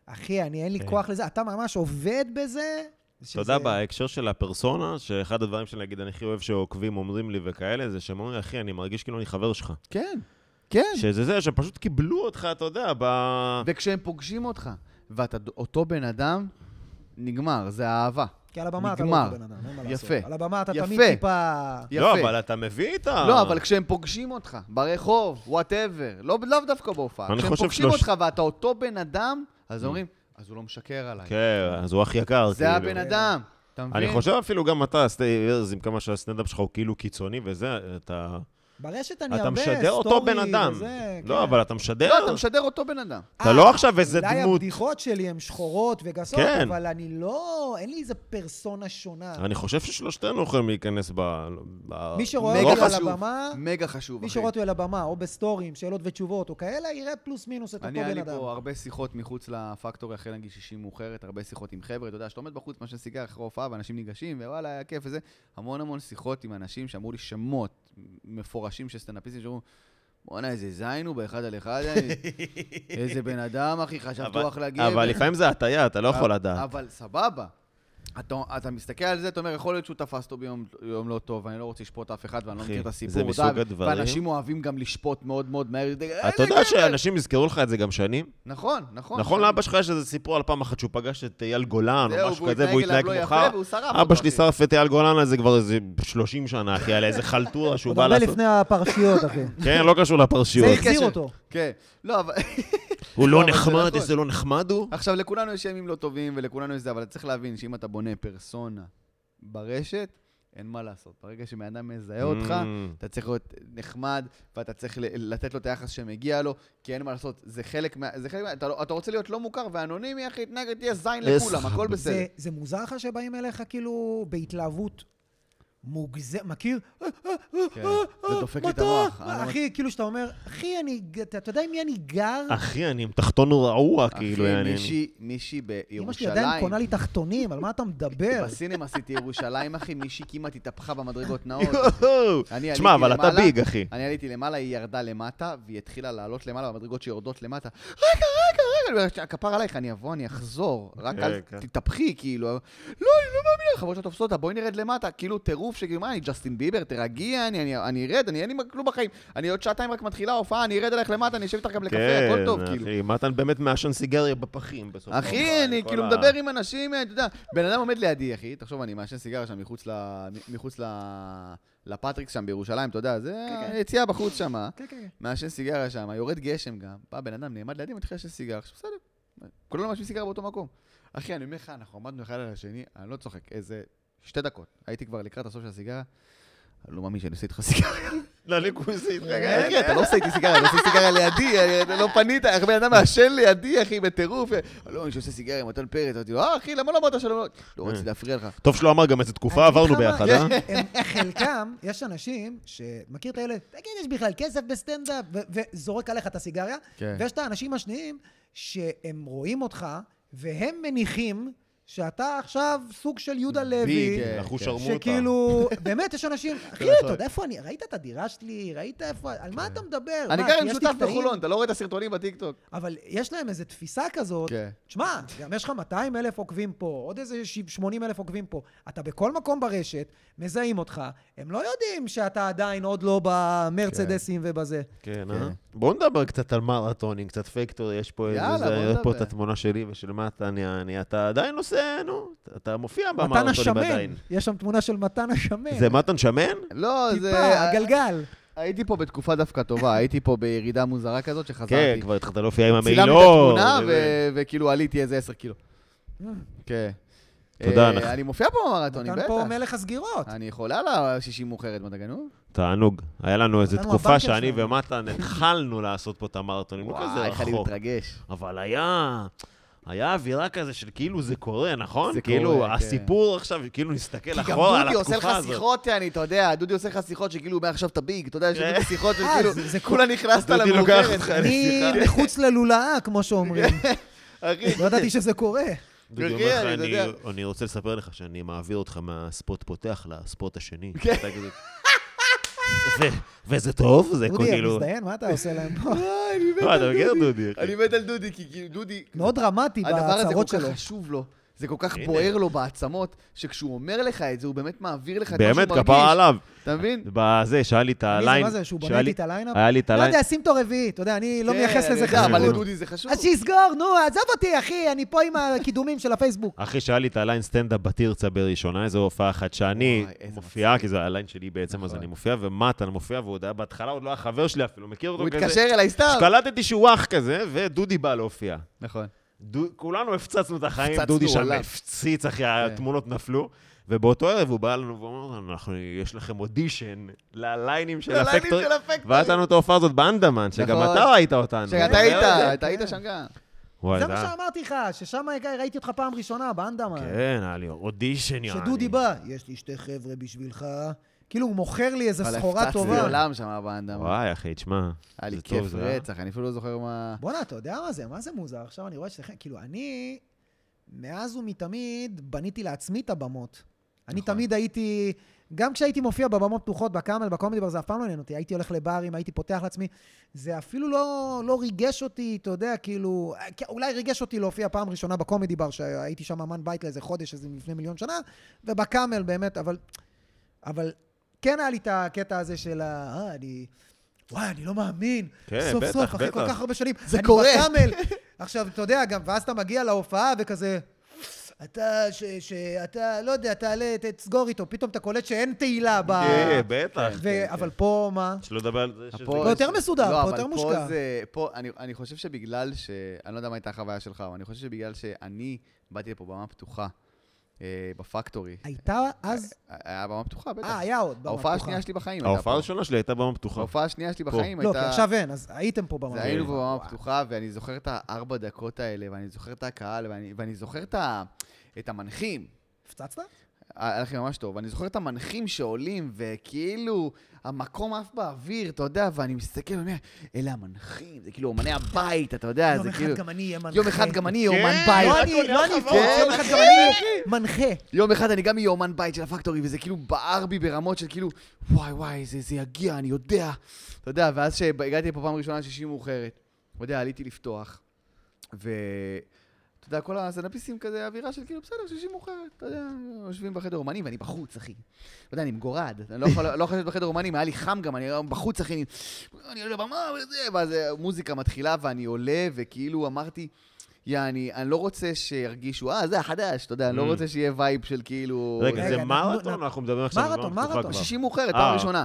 אחי, אין לי כוח לזה, אתה ממש עובד בזה? אתה יודע, בהקשר של הפרסונה, שאחד הדברים שאני אגיד, אני הכי אוהב שעוקבים אומרים לי וכאלה, זה שהם אומרים, אחי, אני מרגיש כאילו אני חבר שלך. כן, כן. שזה זה, שהם פשוט קיבלו אותך, אתה יודע, וכשהם פוגשים אותך, ואתה אותו בן אדם, נגמר, זה האהבה. כי על הבמה אתה לא אותו בן אדם, אין מה לעשות. יפה. על הבמה אתה יפה. תמיד טיפה... לא, אבל אתה מביא את ה... לא, אבל כשהם פוגשים אותך, ברחוב, whatever, לאו דווקא בהופעה. כשהם פוגשים אותך ואתה אותו בן אדם, אז אומרים, אז הוא לא משקר עליי. כן, אז הוא הכי יקר. זה הבן אדם, אתה מבין? אני חושב אפילו גם אתה, עם כמה שהסטנדאפ שלך הוא כאילו קיצוני וזה, אתה... ברשת אני אתה הרבה משדר אותו בן אדם. לא, אבל אתה משדר... לא, אתה משדר אותו בן אדם. אתה לא עכשיו איזה דמות... אולי הבדיחות שלי הן שחורות וגסות, אבל אני לא... אין לי איזה פרסונה שונה. אני חושב ששלושתנו יכולים להיכנס מי שרואה אותי על הבמה... מגה חשוב, אחי. מי שרואה אותי על הבמה, או בסטורים, שאלות ותשובות, או כאלה, יראה פלוס מינוס את אותו בן אדם. אני היה לי פה הרבה שיחות מחוץ לפקטורי, אחרי נגיד 60 מאוחרת, הרבה שיחות עם חבר'ה, אתה יודע, שאתה עומד בחוץ, מה שסיגר אחרי הופעה, ואנשים ניגשים, ווואלה, היה כיף וזה. המון שיחות עם אנשים שאמרו לי שמות מפורשים של סטנדאפיסטים שאומרו, בוא'נה, איזה זין הוא באחד על אחד, איזה בן אדם, אחי, חשבתו אחלה גבר. אבל לפעמים זה הטעיה, אתה לא יכול לדעת. אבל סבבה. אתה מסתכל על זה, אתה אומר, יכול להיות שהוא תפס אותו ביום לא טוב, ואני לא רוצה לשפוט אף אחד, ואני לא מכיר את הסיפור. זה מסוג הדברים. ואנשים אוהבים גם לשפוט מאוד מאוד מהר. אתה יודע שאנשים יזכרו לך את זה גם שנים? נכון. נכון, לאבא שלך יש איזה סיפור על פעם אחת שהוא פגש את אייל גולן, או משהו כזה, והוא התנהג כמוך. אבא שלי שרף את אייל גולן על זה כבר איזה 30 שנה, אחי, על איזה חלטורה שהוא בא לעשות. עוד הרבה לפני הפרשיות, אחי. כן, לא קשור לפרשיות. זה החזיר אותו. כן. לא, אבל... הוא לא נחמד, איזה לא נחמד הוא. עכשיו, לכולנו יש ימים לא טובים, ולכולנו יש זה, אבל אתה צריך להבין שאם אתה בונה פרסונה ברשת, אין מה לעשות. ברגע שמאדם מזהה אותך, אתה צריך להיות נחמד, ואתה צריך לתת לו את היחס שמגיע לו, כי אין מה לעשות. זה חלק מה... אתה רוצה להיות לא מוכר ואנונימי, אחי, תהיה זין לכולם, הכל בסדר. זה מוזר לך שבאים אליך כאילו בהתלהבות מוגזם, מכיר? כן, זה דופק לי את המוח. אחי, כאילו שאתה אומר, אחי, אתה יודע עם מי אני גר? אחי, אני עם תחתון רעוע, כאילו. אחי, מישהי בירושלים... אמא שלי עדיין קונה לי תחתונים, על מה אתה מדבר? בסינמה עשיתי ירושלים, אחי, מישהי כמעט התהפכה במדרגות נאות. תשמע, אבל אתה ביג, אחי. אני עליתי למעלה, היא ירדה למטה, והיא התחילה לעלות למעלה במדרגות שיורדות למטה. רגע, כפר עלייך, אני אבוא, אני אחזור, רק אל תתהפכי, כאילו. לא, אני לא מאמינה, חברות שתופסות אותה, בואי נרד למטה, כאילו טירוף שכאילו, מה, אני ג'סטין ביבר, תרגי, אני ארד, אין לי כלום בחיים, אני עוד שעתיים רק מתחילה הופעה, אני ארד עליך למטה, אני אשב איתך גם לקפה, הכל טוב, כאילו. כן, אחי, מתן באמת מעשן סיגריה בפחים. אחי, אני כאילו מדבר עם אנשים, אתה יודע, בן אדם עומד לידי, אחי, תחשוב, אני מעשן סיגריה שם מחוץ לפטריקס שם בירושלים, אתה יודע, זה יציאה בחוץ שם, מעשן סיגריה שם, יורד גשם גם, בא בן אדם נעמד לידי, מתחיל לעשן סיגריה, עכשיו בסדר, כולנו מעשנים סיגריה באותו מקום. אחי, אני אומר לך, אנחנו עמדנו אחד על השני, אני לא צוחק, איזה 2 דקות, הייתי כבר לקראת הסוף של הסיגריה, אני לא מאמין שאני עושה איתך סיגריה. לא, אני עושה איתך. אחי, אתה לא עושה איתי סיגריה, אני עושה סיגריה לידי, לא פנית, איך בן אדם מעשן לידי, אחי, בטירוף. לא, אני שעושה סיגריה, מתן פרץ, אמרתי לו, אחי, למה לא אמרת שלום? לא רציתי להפריע לך. טוב שלא אמר גם איזה תקופה עברנו ביחד, חלקם, יש אנשים שמכיר את הילד, תגיד, יש בכלל כסף בסטנדאפ, וזורק עליך את הסיגריה, ויש את האנשים השניים שהם רואים אותך, והם מניחים שאתה עכשיו סוג של יהודה לוי, שכאילו, באמת יש אנשים, אחי, אתה יודע איפה אני, ראית את הדירה שלי, ראית איפה, על מה אתה מדבר? אני גר עם שותף בחולון, אתה לא רואה את הסרטונים בטיקטוק. אבל יש להם איזו תפיסה כזאת, תשמע, גם יש לך 200,000 עוקבים פה, עוד איזה 80,000 עוקבים פה, אתה בכל מקום ברשת, מזהים אותך, הם לא יודעים שאתה עדיין עוד לא במרצדסים ובזה. כן, בואו נדבר קצת על מרתונים, קצת פקטור, יש פה את התמונה שלי ושל מטה, אתה עדיין עושה אתה מופיע במרתונים עדיין. יש שם תמונה של מתן השמן. זה מתן שמן? לא, זה... טיפה, הגלגל. הייתי פה בתקופה דווקא טובה, הייתי פה בירידה מוזרה כזאת שחזרתי. כן, כבר התחלת להופיע עם המעילות. צילמתי את התמונה וכאילו עליתי איזה 10 קילו. כן. תודה. אני מופיע פה במרתונים, בטח. מתן פה מלך הסגירות. אני יכול עלה 60 מאוחרת, מה תגנו? תענוג. היה לנו איזו תקופה שאני ומתן התחלנו לעשות פה את המרתונים. וואי, איך אני מתרגש. אבל היה אווירה כזה של כאילו זה קורה, נכון? זה כאילו קורה, הסיפור עכשיו, כאילו נסתכל אחורה על התקופה הזאת. כי גם דודי עושה לך שיחות, אתה יודע, דודי עושה לך שיחות שכאילו מעכשיו אתה ביג, אתה יודע, יש דודי שיחות שכאילו, כולה נכנסת למאוחרת. אני מחוץ ללולאה, כמו שאומרים. לא ידעתי שזה קורה. דודי אומר לך, אני רוצה לספר לך שאני מעביר אותך מהספוט פותח לספוט השני. וזה טוב, זה כאילו... דודי, מזדיין, מה אתה עושה להם פה? אני אתה מכיר דודי, אחי. אני מת על דודי, כי דודי... מאוד דרמטי בהצהרות שלו. הדבר הזה כל כך חשוב לו. זה כל כך בוער לו בעצמות, שכשהוא אומר לך את זה, הוא באמת מעביר לך את מה שהוא מרגיש. באמת, כפרה עליו. אתה מבין? בזה, שהיה לי את הליין. מה זה, שהוא בונה לי את הליינאפ? היה לי את לא הליין. יודע, שים אותו רביעי, אתה יודע, אני לא מייחס לזה חשוב. אבל חשיבות. לדודי זה חשוב. אז שיסגור, נו, עזוב אותי, אחי, אני פה עם הקידומים של הפייסבוק. אחי, שהיה לי את הליין סטנדאפ בתרצה בראשונה, איזו הופעה אחת שאני מופיעה, כי זה הליין שלי בעצם, אז אני מופיע, ומטה אני מופיע, והוא היה בהתחלה, עוד לא החבר שלי אפילו, מכיר אותו הוא כזה. התקשר אליי סתם. שקלטתי שהוא אח כזה, ודודי בא להופיע. נכון. כולנו הפצצנו את החיים, הפצצנו דודי שם עליו. הפציץ, אחי, התמונות נפלו. ובאותו ערב הוא בא לנו ואומר לנו, יש לכם אודישן לליינים של הפקטורי. ואת לנו את ההופעה הזאת באנדמן, שגם אתה ראית אותנו. שאתה היית שם גם. זה מה שאמרתי לך, ששם ראיתי אותך פעם ראשונה, באנדמן. כן, היה לי אודישן, יעני. שדודי בא, יש לי שתי חבר'ה בשבילך. כאילו, הוא מוכר לי איזו סחורה טובה. אבל הפצצתי עולם שם באנדמן. וואי, אחי, תשמע. היה לי כיף רצח, אני אפילו לא זוכר מה... בוא'נה, אתה יודע מה זה? מה זה מוזר? עכשיו אני רואה שאתם... כאילו, אני, מאז ומתמיד, בניתי לעצמי את הבמות. אני תמיד הייתי... גם כשהייתי מופיע בבמות פתוחות, בקאמל, בקומדי בר, זה אף פעם לא עניין אותי. הייתי הולך לברים, הייתי פותח לעצמי. זה אפילו לא ריגש אותי, אתה יודע, כאילו... אולי ריגש אותי להופיע פעם ראשונה בקומדי בר, שהייתי שם אמן בית לאיזה חודש, איזה לפני מיליון שנה, ובקאמל באמת, אבל כן היה לי את הקטע הזה של וואי, אני לא מאמין. סוף סוף, אחרי כל כך הרבה שנים. זה קורה. אני בקאמל. עכשיו, אתה יודע, גם, ואז אתה מגיע להופעה וכזה... אתה, לא יודע, תעלה, תסגור איתו, פתאום אתה קולט שאין תהילה ב... כן, בטח. אבל פה מה? שלא לדבר על זה שזה... פה יותר מסודר, פה יותר מושקע. פה, אני חושב שבגלל אני לא יודע מה הייתה החוויה שלך, אבל אני חושב שבגלל שאני באתי לפה במה פתוחה, בפקטורי. הייתה אז? היה במה פתוחה, בטח. היה עוד במה פתוחה. ההופעה השנייה שלי בחיים. ההופעה הראשונה שלי הייתה במה פתוחה. ההופעה השנייה שלי בחיים הייתה... לא, כי עכשיו אין, אז הייתם פה במה פתוחה. היינו פה במה פתוחה, ואני זוכר את 4 דקות האלה, ואני זוכר את הקהל, ואני זוכר את המנחים. הפצצת? היה לכם ממש טוב. ואני זוכר את המנחים שעולים, וכאילו המקום עף באוויר, אתה יודע, ואני מסתכל ואומר, אלה המנחים, זה כאילו אומני הבית, אתה יודע, זה כאילו... יום אחד גם אני אהיה מנחה. יום אחד גם אני אהיה אומן בית. לא אני פה, יום אחד גם אני אהיה מנחה. יום אחד אני גם אהיה אומן בית של הפקטורי, וזה כאילו בער בי ברמות של כאילו, וואי, זה יגיע, אני יודע. אתה יודע, ואז שהגעתי לפה פעם ראשונה 60 מאוחרת, אתה יודע, עליתי לפתוח, אתה יודע, כל הסטנדאפיסטים כזה, אווירה של כאילו, בסדר, 60 מאוחרת, אתה יודע, יושבים בחדר אומנים, ואני בחוץ, אחי. אתה יודע, אני מגורד, אני לא יכול לשבת בחדר אומנים, היה לי חם גם, אני בחוץ, אחי, אני עולה במה וזה, ואז מוזיקה מתחילה, ואני עולה, וכאילו אמרתי, אני לא רוצה שירגישו, זה החדש, אתה יודע, אני לא רוצה שיהיה וייב של כאילו... רגע, זה מרתון? אנחנו מדברים עכשיו... מרתון. 60 מאוחרת, פעם ראשונה.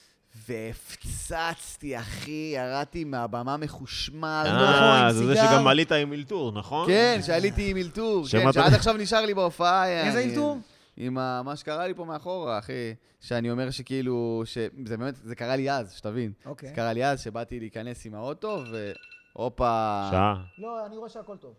והפצצתי, אחי, ירדתי מהבמה מחושמל. זה שגם עלית עם אילתור, נכון? כן, שעליתי עם אילתור, כן, שעד עכשיו נשאר לי בהופעה. איזה אילתור? עם מה שקרה לי פה מאחורה, אחי, שאני אומר שכאילו, זה באמת, זה קרה לי אז, שתבין. זה קרה לי אז, שבאתי להיכנס עם האוטו, והופה... שעה. לא, אני רואה שהכל טוב.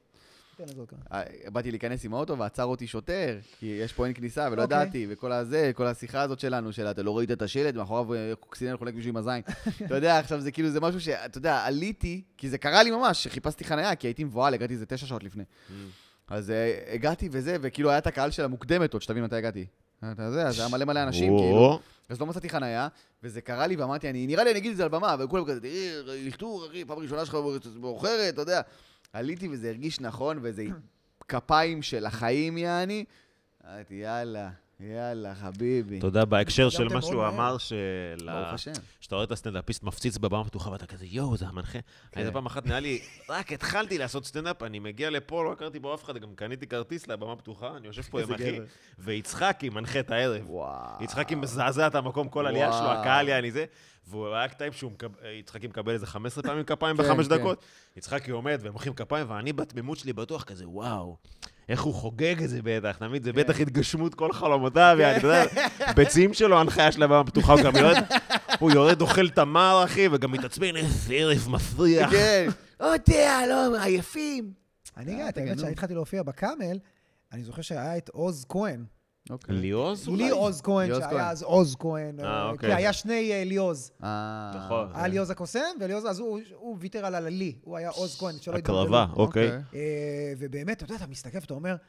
באתי להיכנס עם האוטו ועצר אותי שוטר, כי יש פה אין כניסה ולא ידעתי, וכל הזה, כל השיחה הזאת שלנו, אתה לא ראית את השלט, מאחוריו קוקסינל חולק מישהו עם הזין. אתה יודע, עכשיו זה כאילו, זה משהו שאתה יודע, עליתי, כי זה קרה לי ממש, שחיפשתי חניה, כי הייתי מבועל, הגעתי איזה 9 שעות לפני. אז הגעתי וזה, וכאילו היה את הקהל של המוקדמת עוד, שתבין מתי הגעתי. אתה יודע, זה היה מלא אנשים, כאילו. אז לא מצאתי חניה, וזה קרה לי, ואמרתי, נראה לי אני אגיד את זה על במה, וכולם כזה, לכתור, אחי, פעם ראשונה שלך מאוחרת, אתה יודע. עליתי וזה הרגיש נכון, וזה כפיים של החיים, יעני. אמרתי, יאללה, חביבי. תודה, בהקשר של מה שהוא אמר, שאתה רואה את הסטנדאפיסט מפציץ בבמה פתוחה, ואתה כזה, יואו, זה המנחה. איזה פעם אחת נראה לי, רק התחלתי לעשות סטנדאפ, אני מגיע לפה, לא הכרתי בו אף אחד, גם קניתי כרטיס לבמה פתוחה, אני יושב פה עם אחי, ויצחקי מנחה את הערב. יצחקי מזעזע את המקום, כל עלייה שלו, הקהל יעני זה, והוא היה קטעים שיצחקי מקבל איזה 15 פעמים כפיים ב5 דקות. יצחקי עומד ומוחאים כפיים, ואני בתמימות שלי בטוח כזה, וואו, איך הוא חוגג את זה בטח, תמיד זה בטח התגשמות כל חלומותיו, אני יודע, ביצים שלו, הנחיה של הבמה פתוחה, הוא גם יורד, אוכל תמר, אחי, וגם מתעצבן, איזה ערב מפריח. כן, יודע, לא, עייפים. אני כשהתחלתי להופיע בקאמל, אני זוכר שהיה את עוז כהן. ליאוז אולי? לי עוז כהן, שהיה אז עוז כהן. כי היה שני ליאוז. נכון. היה ליאוז הקוסם, וליאוז, אז הוא ויתר על הלי. הוא היה עוז כהן, שלא הקרבה, אוקיי. ובאמת, אתה יודע, אתה מסתכל ואתה אומר,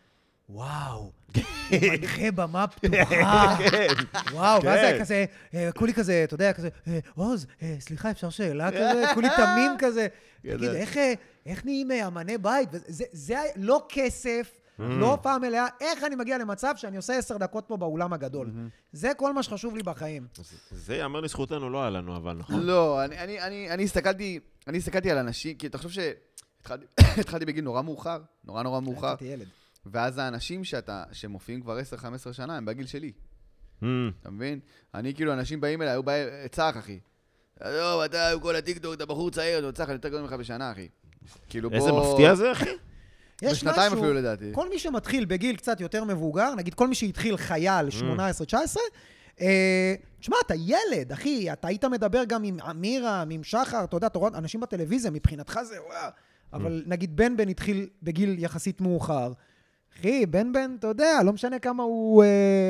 וואו, מנחה במה פתוחה. וואו, ואז זה כזה, כולי כזה, אתה יודע, כזה, עוז, סליחה, אפשר שאלה כזה? כולי תמים כזה. תגיד, איך נהיים אמני בית? זה לא כסף, לא פעם מלאה, איך אני מגיע למצב שאני עושה 10 דקות פה באולם הגדול. זה כל מה שחשוב לי בחיים. זה יאמר לזכותנו, לא היה לנו, אבל נכון. לא, אני הסתכלתי על אנשים, כי אתה חושב שהתחלתי בגיל נורא מאוחר, נורא מאוחר. הייתי ילד. ואז האנשים שמופיעים כבר 10-15 שנה, הם בגיל שלי. אתה מבין? אני כאילו, אנשים באים אליי, הוא בא, צח, אחי. לא, אתה, כל הטיקטוק, אתה בחור צעיר, אתה צח, אני יותר גדול ממך בשנה, אחי. כאילו, איזה מפתיע זה, אחי? יש בשנתיים משהו, אפילו לדעתי. כל מי שמתחיל בגיל קצת יותר מבוגר, נגיד כל מי שהתחיל חייל 18-19, תשמע, אתה ילד, אחי, אתה היית מדבר גם עם אמירה, עם שחר, אתה יודע, אתה רואה אנשים בטלוויזיה, מבחינתך זה, וואו, אבל נגיד בן התחיל בגיל יחסית מאוחר, אחי, בן, אתה יודע, לא משנה כמה הוא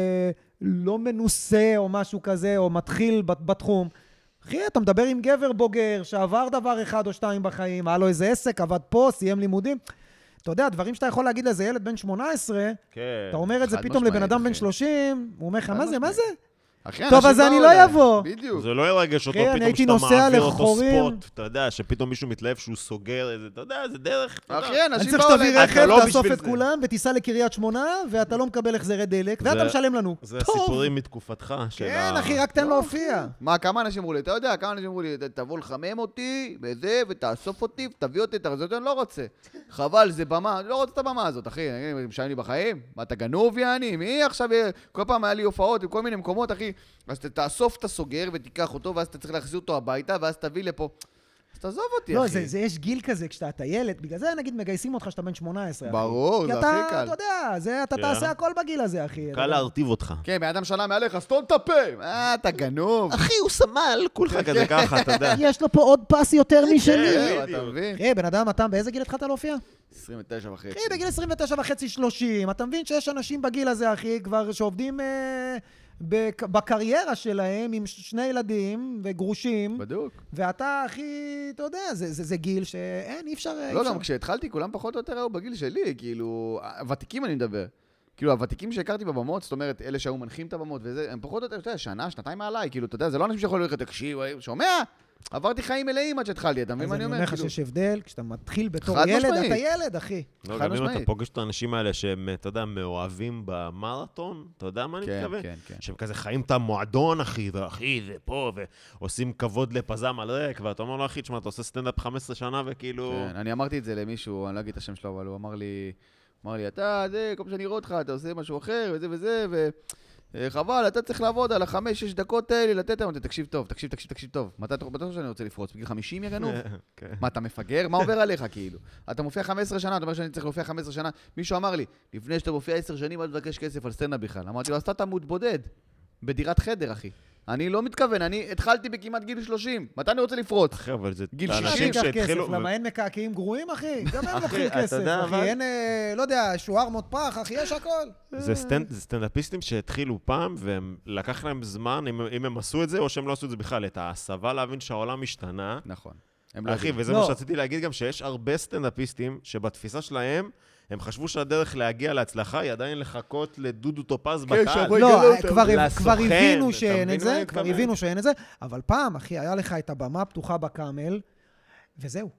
לא מנוסה או משהו כזה, או מתחיל בתחום, אחי, אתה מדבר עם גבר בוגר, שעבר דבר אחד או שתיים בחיים, היה לו איזה עסק, עבד פה, סיים לימודים, אתה יודע, דברים שאתה יכול להגיד לזה ילד בן 18, אתה אומר את זה פתאום לבן אדם בן 30, הוא אומר לך, מה זה? טוב, אז אני לא אבוא. בדיוק. זה לא ירגש אותו פתאום שאתה מעביר אותו ספוט, אתה יודע, שפתאום מישהו מתלהב שהוא סוגר איזה, אתה יודע, זה דרך. אחי, אני אנשים צריך באו שתביא רכב, לא תאסוף בשביל את זה. כולם, ותיסע לקריית שמונה, ואתה לא מקבל החזרי דלק, ואתה משלם לנו. זה הסיפורים מתקופתך של כן, אחי, רק תן לו להופיע. מה, כמה אנשים אמרו לי? אתה יודע, כמה אנשים אמרו לי, תבוא לחמם אותי, וזה, ותאסוף אותי, ותביא אותי, תחזור, אני לא רוצה. חבל, זה במה, לא רוצה את הבמה הזאת, אחי, משלם לי בחיים? מה, אתה גנוב, יעני? מי עכשיו, כל פעם היה לי הופעות עם כל מיני מקומות, אחי, אז תאסוף את הסוגר ותיקח אותו, ואז אתה צריך להחזיר אותו הביתה, ואז תביא לפה. אז תעזוב אותי, לא, אחי. זה יש גיל כזה כשאתה ילד, בגלל זה נגיד מגייסים אותך שאתה בן 18, אחי. ברור, זה הכי קל. אתה יודע, אתה תעשה הכל בגיל הזה, אחי. קל להרטיב אותך. כן, באדם שנה מעליך, סתום את הפה. אתה גנוב. אחי, הוא סמל, כולך כזה ככה, אתה יודע. יש לו פה עוד פס יותר משלי. אתה מבין? אחי, בן אדם, אתה באיזה גיל התחלת להופיע? 29 וחצי. אחי, בגיל 29 וחצי 30, אתה מבין שיש אנשים בגיל הזה, אחי, כבר שעובדים בקריירה שלהם עם 2 ילדים וגרושים, בדיוק. ואתה, אחי, אתה יודע, זה גיל שאין, אי אפשר... לא, גם כשהתחלתי, כולם פחות או יותר היו בגיל שלי, כאילו, הוותיקים אני מדבר. כאילו, הוותיקים שהכרתי בבמות, זאת אומרת, אלה שהיו מנחים את הבמות וזה, הם פחות או יותר, אתה יודע, שנה, שנתיים מעליי, כאילו, אתה יודע, זה לא אנשים שיכולים ללכת, תקשיב, שומע? עברתי חיים מלאים עד שהתחלתי, אתה מבין מה אני אומר? אז אני אומר לך שיש הבדל, כשאתה מתחיל בתור חד ילד, משמעית. אתה ילד, אחי. לא, גם אם אתה פוגש את האנשים האלה שהם, אתה יודע, מאוהבים במרתון, אתה יודע מה אני מתכוון? כן, כן. שהם כזה חיים את המועדון, אחי, ואחי, זה פה, ועושים כבוד לפזם על ריק, ואתה אומר לו, אחי, תשמע, אתה עושה סטנדאפ 15 שנה, וכאילו... כן, אני אמרתי את זה למישהו, אני לא אגיד את השם שלו, אבל הוא אמר לי, אתה, זה, כל פעם שאני אראה אותך, אתה עושה משהו אחר, וזה וזה, חבל, אתה צריך לעבוד על 5-6 דקות האלה, לתת להם, תקשיב טוב, תקשיב טוב. מתי אתה חושב שאני רוצה לפרוץ? בגיל 50 יא גנוב? מה, אתה מפגר? מה עובר עליך, כאילו? אתה מופיע 15 שנה, אתה אומר שאני צריך להופיע 15 שנה. מישהו אמר לי, לפני שאתה מופיע 10 שנים, אל תבקש כסף על סטנדאפ בכלל. אמרתי לו, אז אתה תמות בודד, בדירת חדר, אחי. אני לא מתכוון, אני התחלתי בכמעט גיל 30. מתי אני רוצה לפרוץ? אחי, אבל זה גיל אנשים 60 שהתחילו... למה אין מקעקעים גרועים, אחי? גם הם לוקחים אתה כסף, יודע, אחי. אין, לא יודע, שוארמות פח, אחי, יש הכל. זה סטנדאפיסטים שהתחילו פעם, והם לקח להם זמן, אם הם עשו את זה, או שהם לא עשו את זה בכלל, את ההסבה להבין שהעולם השתנה. נכון. אחי, וזה מה שרציתי להגיד גם, שיש הרבה סטנדאפיסטים שבתפיסה שלהם, הם חשבו שהדרך להגיע להצלחה היא עדיין לחכות לדודו טופז בקהל. לא, כבר הבינו שאין את זה, אבל פעם, אחי, היה לך את הבמה הפתוחה בקאמל, וזהו.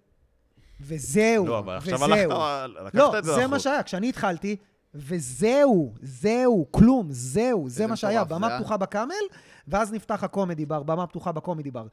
לא, אבל עכשיו לקחת את זה לא, זה מה שהיה, כשאני התחלתי, וזהו, כלום, זה מה שהיה, במה פתוחה בקאמל, ואז נפתח הקומדי בר, במה פתוחה בקומדי בר.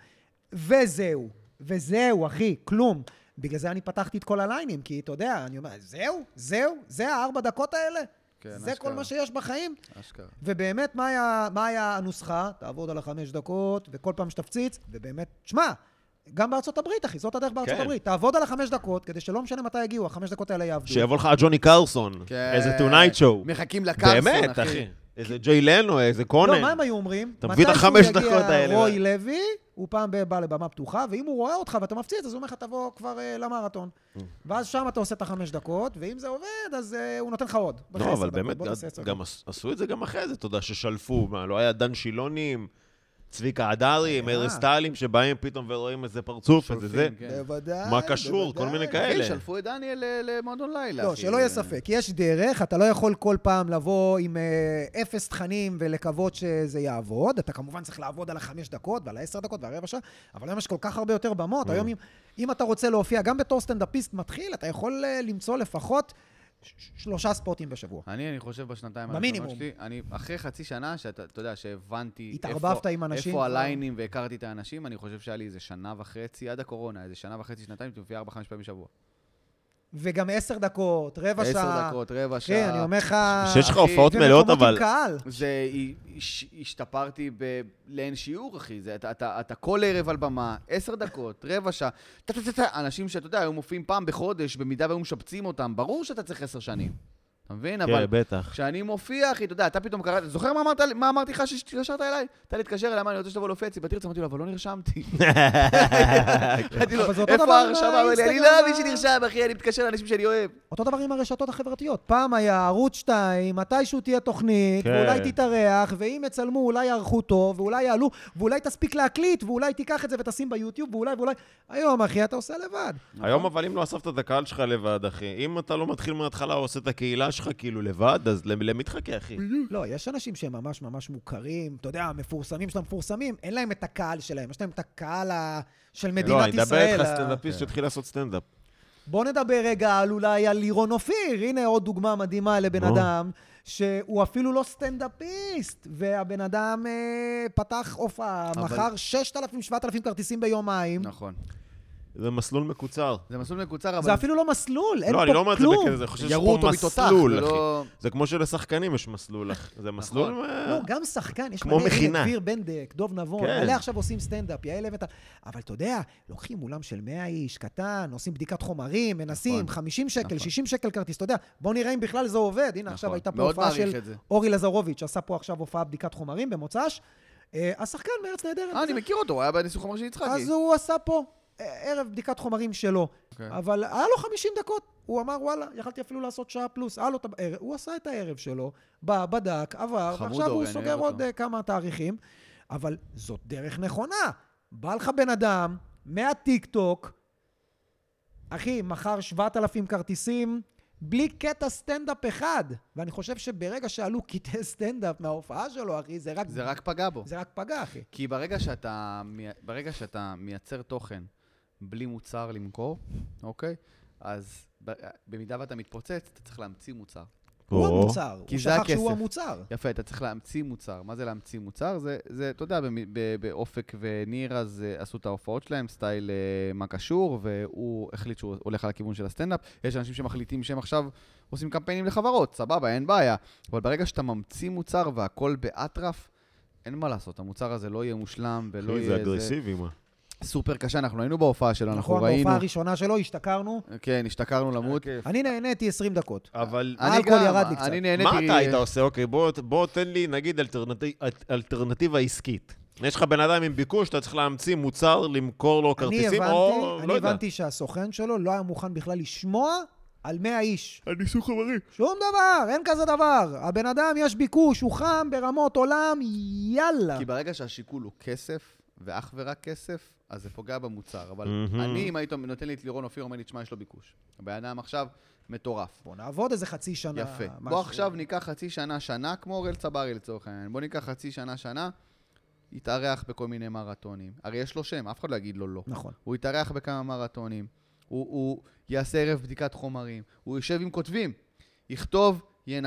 וזהו, אחי, כלום. בגלל זה אני פתחתי את כל הליינים, כי אתה יודע, אני אומר, זה 4 דקות האלה? זה כל מה שיש בחיים? ובאמת, מה היה הנוסחה? תעבוד על 5 דקות, וכל פעם שתפציץ, ובאמת, שמע, גם בארצות הברית, אחי, זאת הדרך בארצות הברית. תעבוד על 5 דקות, כדי שלא משנה מתי יגיעו, 5 דקות האלה יעבדו. שיבוא לך ג'וני קרסון, איזה טונייט שואו. מחכים לקרסון, באמת, אחי. איזה ג'יי לנו, איזה קונן. לא, מה הם היו אומרים? אתה מביא את 5 דקות האלה. מתי שהוא יגיע רוי לוי, הוא פעם בא לבמה פתוחה, ואם הוא רואה אותך ואתה מפציץ, אז הוא אומר לך, תבוא כבר למרתון. ואז שם אתה עושה את 5 דקות, ואם זה עובד, אז הוא נותן לך עוד. לא, אבל באמת, גם עשו את זה גם אחרי זה, אתה יודע, ששלפו, לא היה דן שילונים, צביקה הדרי, עם ארז טלים, שבאים פתאום ורואים איזה פרצוף, איזה זה. בוודאי. מה קשור? כל מיני כאלה. שלפו את דניאל למועדון לילה. לא, שלא יהיה ספק. יש דרך, אתה לא יכול כל פעם לבוא עם 0 תכנים ולקוות שזה יעבוד. אתה כמובן צריך לעבוד על 5 דקות ועל 10 דקות והרבע שעה, אבל היום יש כל כך הרבה יותר במות. היום אם אתה רוצה להופיע גם בתור סטנדאפיסט מתחיל, אתה יכול למצוא לפחות 3 ספוטים בשבוע. אני חושב בשנתיים במינימום. שלי, אחרי חצי שנה, שאתה יודע, שהבנתי התערבבת עם אנשים. איפה הליינים והכרתי את האנשים, אני חושב שהיה לי איזה 1.5 שנה עד הקורונה, איזה 1.5 שנתיים, הייתי מופיע 4-5 פעמים בשבוע. וגם 10 דקות, רבע שעה. 10 דקות, רבע שעה. כן, אני אומר לך... שיש לך הופעות מלאות, אבל... ומקומות עם קהל. זה, השתפרתי לאין שיעור, אחי. אתה כל ערב על במה, 10 דקות, רבע שעה. אנשים שאתה יודע, היו מופיעים פעם בחודש, במידה והיו משפצים אותם, ברור שאתה צריך 10 שנים. אתה מבין? כן, בטח. כשאני מופיע, אחי, אתה יודע, אתה פתאום קראת, זוכר מה אמרתי לך שהתקשרת אליי? אתה להתקשר אליי, אני רוצה שתבוא להופיע אצלי בתרצה, אמרתי לו, אבל לא נרשמתי. אמרתי לו, איפה ההרשמה? אמר לי, אני לא מי שנרשם, אחי, אני מתקשר לאנשים שאני אוהב. אותו דבר עם הרשתות החברתיות. פעם היה ערוץ 2, מתישהו תהיה תוכנית, ואולי תתארח, ואם יצלמו, אולי יערכו טוב, ואולי יעלו, ואולי תספיק להקליט, ואולי תיקח את זה ותשים ביוטיוב, ואולי. היום, אחי, אתה עושה לבד. היום, אבל אם לא אספת את הקהל שלך לבד, אחי, אם אתה לא מתחיל מההתחלה או עושה את הקהילה שלך כאילו לבד, אז למי תחכה, אחי? לא, יש אנשים שהם ממש ממש מוכרים, אתה יודע, המפורסמים שלהם מפורסמים, אין להם את הקהל שלהם, יש להם את הקהל של מדינת ישראל. לא, אני מדבר איתך סטנדאפיסט שהתחיל לעשות סטנדאפ. בוא נדבר רגע אולי על לירון אופיר, הנה עוד דוגמה מדהימה לבן אדם, שהוא אפילו לא סטנדאפיסט, והבן אדם פתח הופעה, מכר 6,000-7,000 כרטיסים ביומיים. נכון. זה מסלול מקוצר. זה מסלול מקוצר, אבל... זה אפילו לא מסלול, אין פה כלום. לא, אני לא אומר את זה בכזה, אני חושב ירו אותו שפה מסלול, אחי. ולא... זה כמו שלשחקנים יש מסלול, אחי. זה מסלול... לא, גם שחקן, יש כמו מכינה. דביר בנדק, דוב נבון, אלה עכשיו עושים סטנדאפ, יעל אבן... אבל אתה יודע, לוקחים אולם של 100 איש, קטן, עושים בדיקת חומרים, מנסים, 50 שקל, 60 שקל כרטיס, אתה יודע, בוא נראה אם בכלל זה עובד. הנה, עכשיו הייתה פה הופעה של אורי לזרוביץ', עשה פה עכשיו הופעה בדיקת חומרים במוצ"ש. השחקן מארץ נהדרת. אני מכיר אותו, הוא היה בניסוי חומר של יצחקי. אז הוא עשה פה ערב בדיקת חומרים שלו, אבל היה לו 50 דקות, הוא אמר וואלה, יכלתי אפילו לעשות שעה פלוס, הוא עשה את הערב שלו, בדק, עבר, ועכשיו הוא סוגר עוד כמה תאריכים, אבל זאת דרך נכונה. בא לך בן אדם, מהטיק טוק, אחי, מחר 7,000 כרטיסים, בלי קטע סטנדאפ אחד, ואני חושב שברגע שעלו קטעי סטנדאפ מההופעה שלו, אחי, זה רק פגע בו. זה רק פגע, אחי. כי ברגע שאתה מייצר תוכן בלי מוצר למכור, אוקיי? אז במידה ואתה מתפוצץ, אתה צריך להמציא מוצר. הוא המוצר, הוא שכח שהוא המוצר. יפה, אתה צריך להמציא מוצר. מה זה להמציא מוצר? זה, אתה יודע, באופק וניר אז עשו את ההופעות שלהם, סטייל מה קשור, והוא החליט שהוא הולך על הכיוון של הסטנדאפ. יש אנשים שמחליטים שהם עכשיו עושים קמפיינים לחברות, סבבה, אין בעיה. אבל ברגע שאתה ממציא מוצר והכל באטרף, אין מה לעשות, המוצר הזה לא יהיה מושלם ולא יהיה... זה אגרסיבי, מה? סופר קשה, אנחנו היינו בהופעה שלו, אנחנו נכון, ראינו... בהופעה הראשונה שלו, השתכרנו. כן, השתכרנו למות. אני נהניתי 20 דקות. אבל... האלכוהול ירד לי קצת. מה אתה היית עושה? אוקיי, בוא תן לי, נגיד, אלטרנטיבה עסקית. יש לך בן אדם עם ביקוש, אתה צריך להמציא מוצר, למכור לו כרטיסים, או לא יודע. אני הבנתי שהסוכן שלו לא היה מוכן בכלל לשמוע על 100 איש. על ניסוי חומרי. שום דבר, אין כזה דבר. הבן אדם יש ביקוש, הוא חם ברמות עולם, יאללה. כי ברגע שהשיקול הוא כסף, ואך ורק כסף, אז זה פוגע במוצר. אבל אני, אם היית נותן לי את לירון אופיר, אומר לי, תשמע, יש לו ביקוש. הבן אדם עכשיו מטורף. בוא נעבוד איזה חצי שנה. יפה. בוא עכשיו ניקח חצי שנה, כמו אוראל צברי לצורך העניין. בוא ניקח חצי שנה, יתארח בכל מיני מרתונים. הרי יש לו שם, אף אחד לא יגיד לו לא. נכון. הוא יתארח בכמה מרתונים. הוא יעשה ערב בדיקת חומרים. הוא יושב עם כותבים. יכתוב,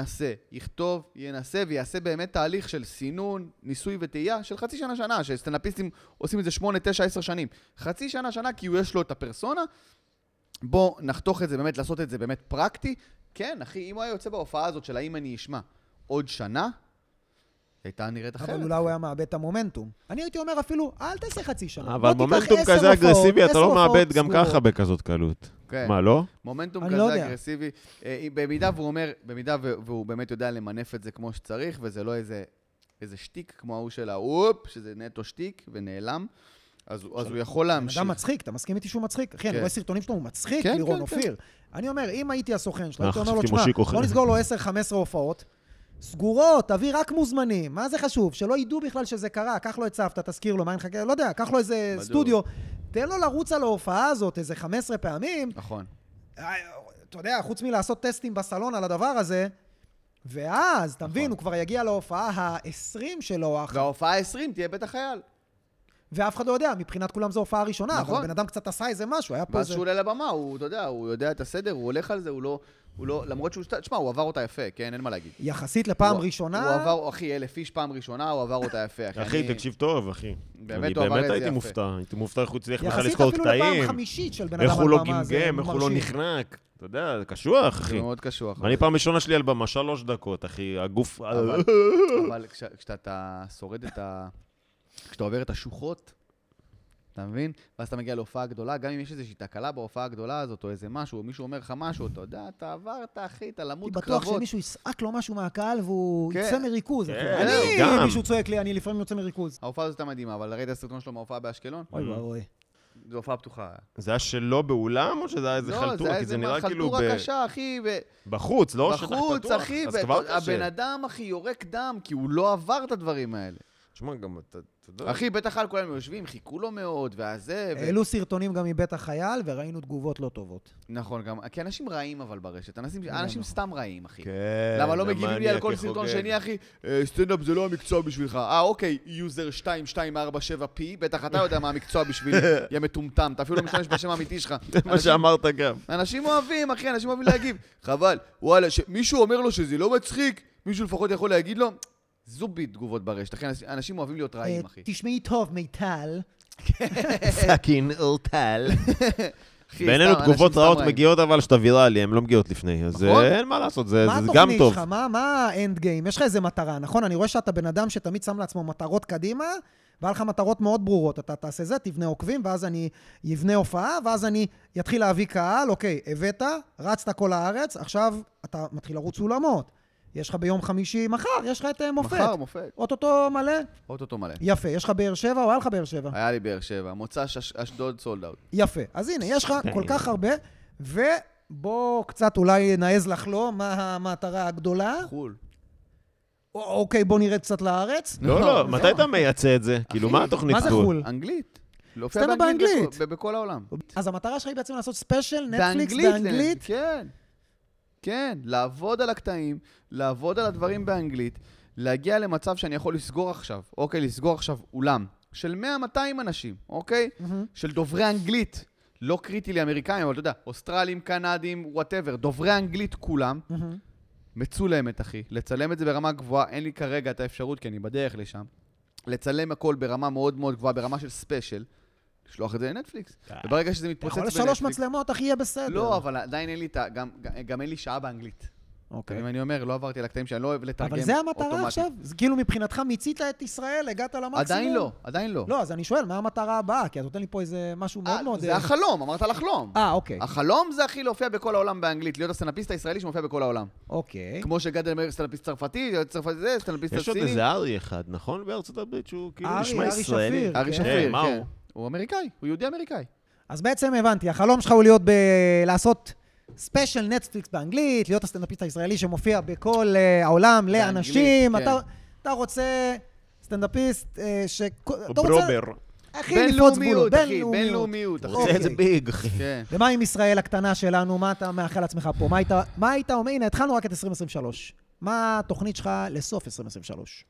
ינסה, ויעשה באמת תהליך של סינון, ניסוי וטעייה של חצי שנה, שסטנדאפיסטים עושים את זה 8, 9, 10 שנים. חצי שנה, כי יש לו את הפרסונה. בוא נחתוך את זה באמת, לעשות את זה באמת פרקטי. כן, אחי, אם הוא היה יוצא בהופעה הזאת של האם אני אשמע עוד שנה, הייתה נראית אחרת. אבל אולי הוא היה מאבד את המומנטום. אני הייתי אומר אפילו, אל תעשה חצי שנה. אבל מומנטום כזה אגרסיבי, אתה לא מאבד גם ככה בכזאת קלות. מה, לא? מומנטום כזה אגרסיבי. במידה והוא באמת יודע למנף את זה כמו שצריך, וזה לא איזה שטיק כמו ההוא של שזה נטו שטיק ונעלם, אז הוא יכול להמשיך. אדם מצחיק, אתה מסכים איתי שהוא מצחיק? אחי, אני רואה סרטונים שלו, הוא מצחיק, לירון אופיר. אני אומר, אם הייתי הסוכן שלו, הייתי אומר לו, תשמע, בוא נסגור לו 10-15 הופעות, סגורות, תביא רק מוזמנים. מה זה חשוב? שלא ידעו בכלל שזה קרה. קח לו את סבתא, תזכיר לו, מה אין חכה, לא יודע, קח לו איזה סטודיו. תן לו לרוץ על ההופעה הזאת איזה 15 פעמים. נכון. אתה יודע, חוץ מלעשות טסטים בסלון על הדבר הזה, ואז, אתה מבין, הוא כבר יגיע להופעה ה-20 שלו. וההופעה ה-20 תהיה בית החייל. ואף אחד לא יודע, מבחינת כולם זו הופעה ראשונה, נכון. אבל בן אדם קצת עשה איזה משהו, היה פה ואז איזה... שהוא עולה לבמה, הוא, אתה יודע, הוא יודע את הסדר, הוא הולך על זה, הוא לא, למרות שהוא, תשמע, הוא עבר אותה יפה, כן, אין מה להגיד. יחסית לפעם ראשונה... הוא עבר, אחי, 1,000 איש פעם ראשונה, הוא עבר אותה יפה, אחי. אחי, תקשיב טוב, אחי. באמת הוא עבר את זה הייתי יפה. מופתע, הייתי מופתע איך הוא הצליח בכלל יחסית לזכור אפילו קטעים. לפעם חמישית של בן אדם איך על הוא לא במה, זה גמגם, איך הוא לא מרשים. נחנק. אתה יודע, זה קשוח, אחי. זה מאוד קשוח. אני פעם ראשונה שלי על במה 3 דקות, אחי, הגוף... אבל כשאתה שורד את ה... כשאתה עובר את השוחות, אתה מבין? ואז אתה מגיע להופעה גדולה, גם אם יש איזושהי תקלה בהופעה הגדולה הזאת, או איזה משהו, או מישהו אומר לך משהו, אתה יודע, אתה עברת, אחי, אתה למות קרבות. אני בטוח שמישהו יסעק לו משהו מהקהל, והוא כן. יצא מריכוז. כן, אני, גם. מישהו צועק לי, אני לפעמים יוצא מריכוז. ההופעה הזאת הייתה מדהימה, אבל ראית הסרטון שלו מההופעה באשקלון? אוי ואוי. זו הופעה פתוחה. זה היה שלא באולם, או שזה היה איזה חלטורה? כי זה נראה כאילו... לא, זה היה איזה חלטורה קשה, אחי. בחוץ, לא שטח פתוח. בחוץ, אחי. אז כבר קשה. הבן אדם, אחי, יורק דם, כי הוא לא עבר את הדברים האלה. תשמע, גם אתה יודע... אחי, בטח על כולנו יושבים, חיכו לו מאוד, והזה... העלו סרטונים גם מבית החייל, וראינו תגובות לא טובות. נכון, גם... כי אנשים רעים אבל ברשת. אנשים סתם רעים, אחי. כן. למה לא מגיבים לי על כל סרטון שני, אחי? סטנדאפ זה לא המקצוע בשבילך. אוקיי, יוזר 2247P, בטח אתה יודע מה המקצוע בשביל יא מטומטם. אתה אפילו לא משתמש בשם האמיתי שלך. זה מה שאמרת גם. אנשים אוהבים, אחי, אנשים אוהבים להגיב. חבל, וואלה, מישהו אומר לו שזה לא מצחיק, מישהו לפחות יכול להגיד לו, זובי תגובות ברשת. אחי, אנשים אוהבים להיות רעים, אחי. תשמעי טוב, מיטל. פאקינג אולטל. בעינינו תגובות רעות מגיעות אבל שאתה ויראלי, הן לא מגיעות לפני, אז אין מה לעשות, זה גם טוב. מה האנד גיים? יש לך איזה מטרה, נכון? אני רואה שאתה בן אדם שתמיד שם לעצמו מטרות קדימה, והיה לך מטרות מאוד ברורות. אתה תעשה זה, תבנה עוקבים, ואז אני אבנה הופעה, ואז אני יתחיל להביא קהל, אוקיי, הבאת, רצת כל הארץ, עכשיו אתה מתחיל לרוץ אולמות. יש לך ביום חמישי, מחר, יש לך את מופת. מחר, מופת. אוטוטו מלא? אוטוטו מלא. יפה, יש לך באר שבע או היה לך באר שבע? היה לי באר שבע, מוצא אשדוד סולד אאוט. יפה, אז הנה, יש לך כל כך הרבה, ובוא קצת אולי נעז לחלום מה המטרה הגדולה. חול. אוקיי, בוא נרד קצת לארץ. לא, מתי אתה מייצא את זה? כאילו, מה התוכנית? מה זה חול? אנגלית. סטנדאפ באנגלית. בכל העולם. אז המטרה שלך היא בעצם לעשות ספיישל, נטפליקס באנגלית? כן. כן, לעבוד על הקטעים, לעבוד על הדברים באנגלית, להגיע למצב שאני יכול לסגור עכשיו, אוקיי, לסגור עכשיו אולם של 100-200 אנשים, אוקיי? של דוברי אנגלית, לא קריטי לאמריקאים, אבל אתה יודע, אוסטרלים, קנדים, whatever, דוברי אנגלית כולם, מצולמת, אחי, לצלם את זה ברמה גבוהה, אין לי כרגע את האפשרות, כי אני בדרך לשם, לצלם הכל ברמה מאוד מאוד גבוהה, ברמה של ספיישל, לשלוח את זה לנטפליקס. וברגע שזה מתפוצץ בנטפליקס... יכול ל3 מצלמות, אחי, יהיה בסדר. לא, אבל עדיין אין לי גם אין לי שעה באנגלית. אוקיי. אם אני אומר, לא עברתי על הקטעים שאני לא אוהב לתרגם אבל זה המטרה עכשיו? זה כאילו מבחינתך מיצית את ישראל, הגעת למקסימום? עדיין לא, עדיין לא. לא, אז אני שואל, מה המטרה הבאה? כי אתה נותן לי פה איזה משהו מאוד מאוד... זה החלום, אמרת לחלום. אוקיי. החלום זה הכי להופיע בכל העולם באנגלית, להיות הסטנדאפיסט הישראלי שמופיע בכל העולם. אוקיי. כמו שגדל אומר סטנדאפיסט צרפתי, צרפתי זה, סטנדאפיסט יש עוד סיני. איזה ארי אחד, נכון? בארצות הברית שהוא כאילו נשמע ארי ישראלי. ארי שפיר, מה כן. הוא? הוא אמריקאי, הוא יהודי אמריקאי. אז בעצם הבנתי, החלום שלך הוא להיות לעשות ספיישל נטפליקס באנגלית, להיות הסטנדאפיסט הישראלי שמופיע בכל העולם לאנשים. אתה רוצה סטנדאפיסט ברובר. בינלאומיות, אחי, בינלאומיות. הוא רוצה את זה ביג, אחי. ומה עם ישראל הקטנה שלנו? מה אתה מאחל לעצמך פה? מה היית אומר? הנה, התחלנו רק את 2023. מה התוכנית שלך לסוף 2023?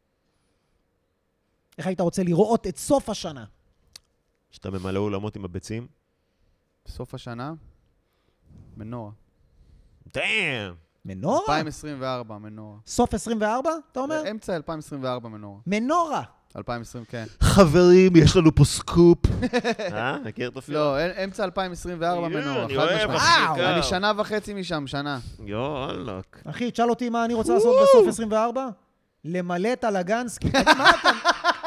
איך היית רוצה לראות את סוף השנה? שאתה ממלא אולמות עם הביצים? סוף השנה, מנורה. דאם! מנורה? 2024, מנורה. סוף 24, אתה אומר? אמצע 2024, מנורה. מנורה! 2020, כן. חברים, יש לנו פה סקופ. מכיר את אופיר? לא, אמצע 2024 מנורה. אני אוהב, אחי. אני שנה וחצי משם, שנה. יאללה. אחי, תשאל אותי מה אני רוצה לעשות בסוף 24? למלא את הלגנסקי.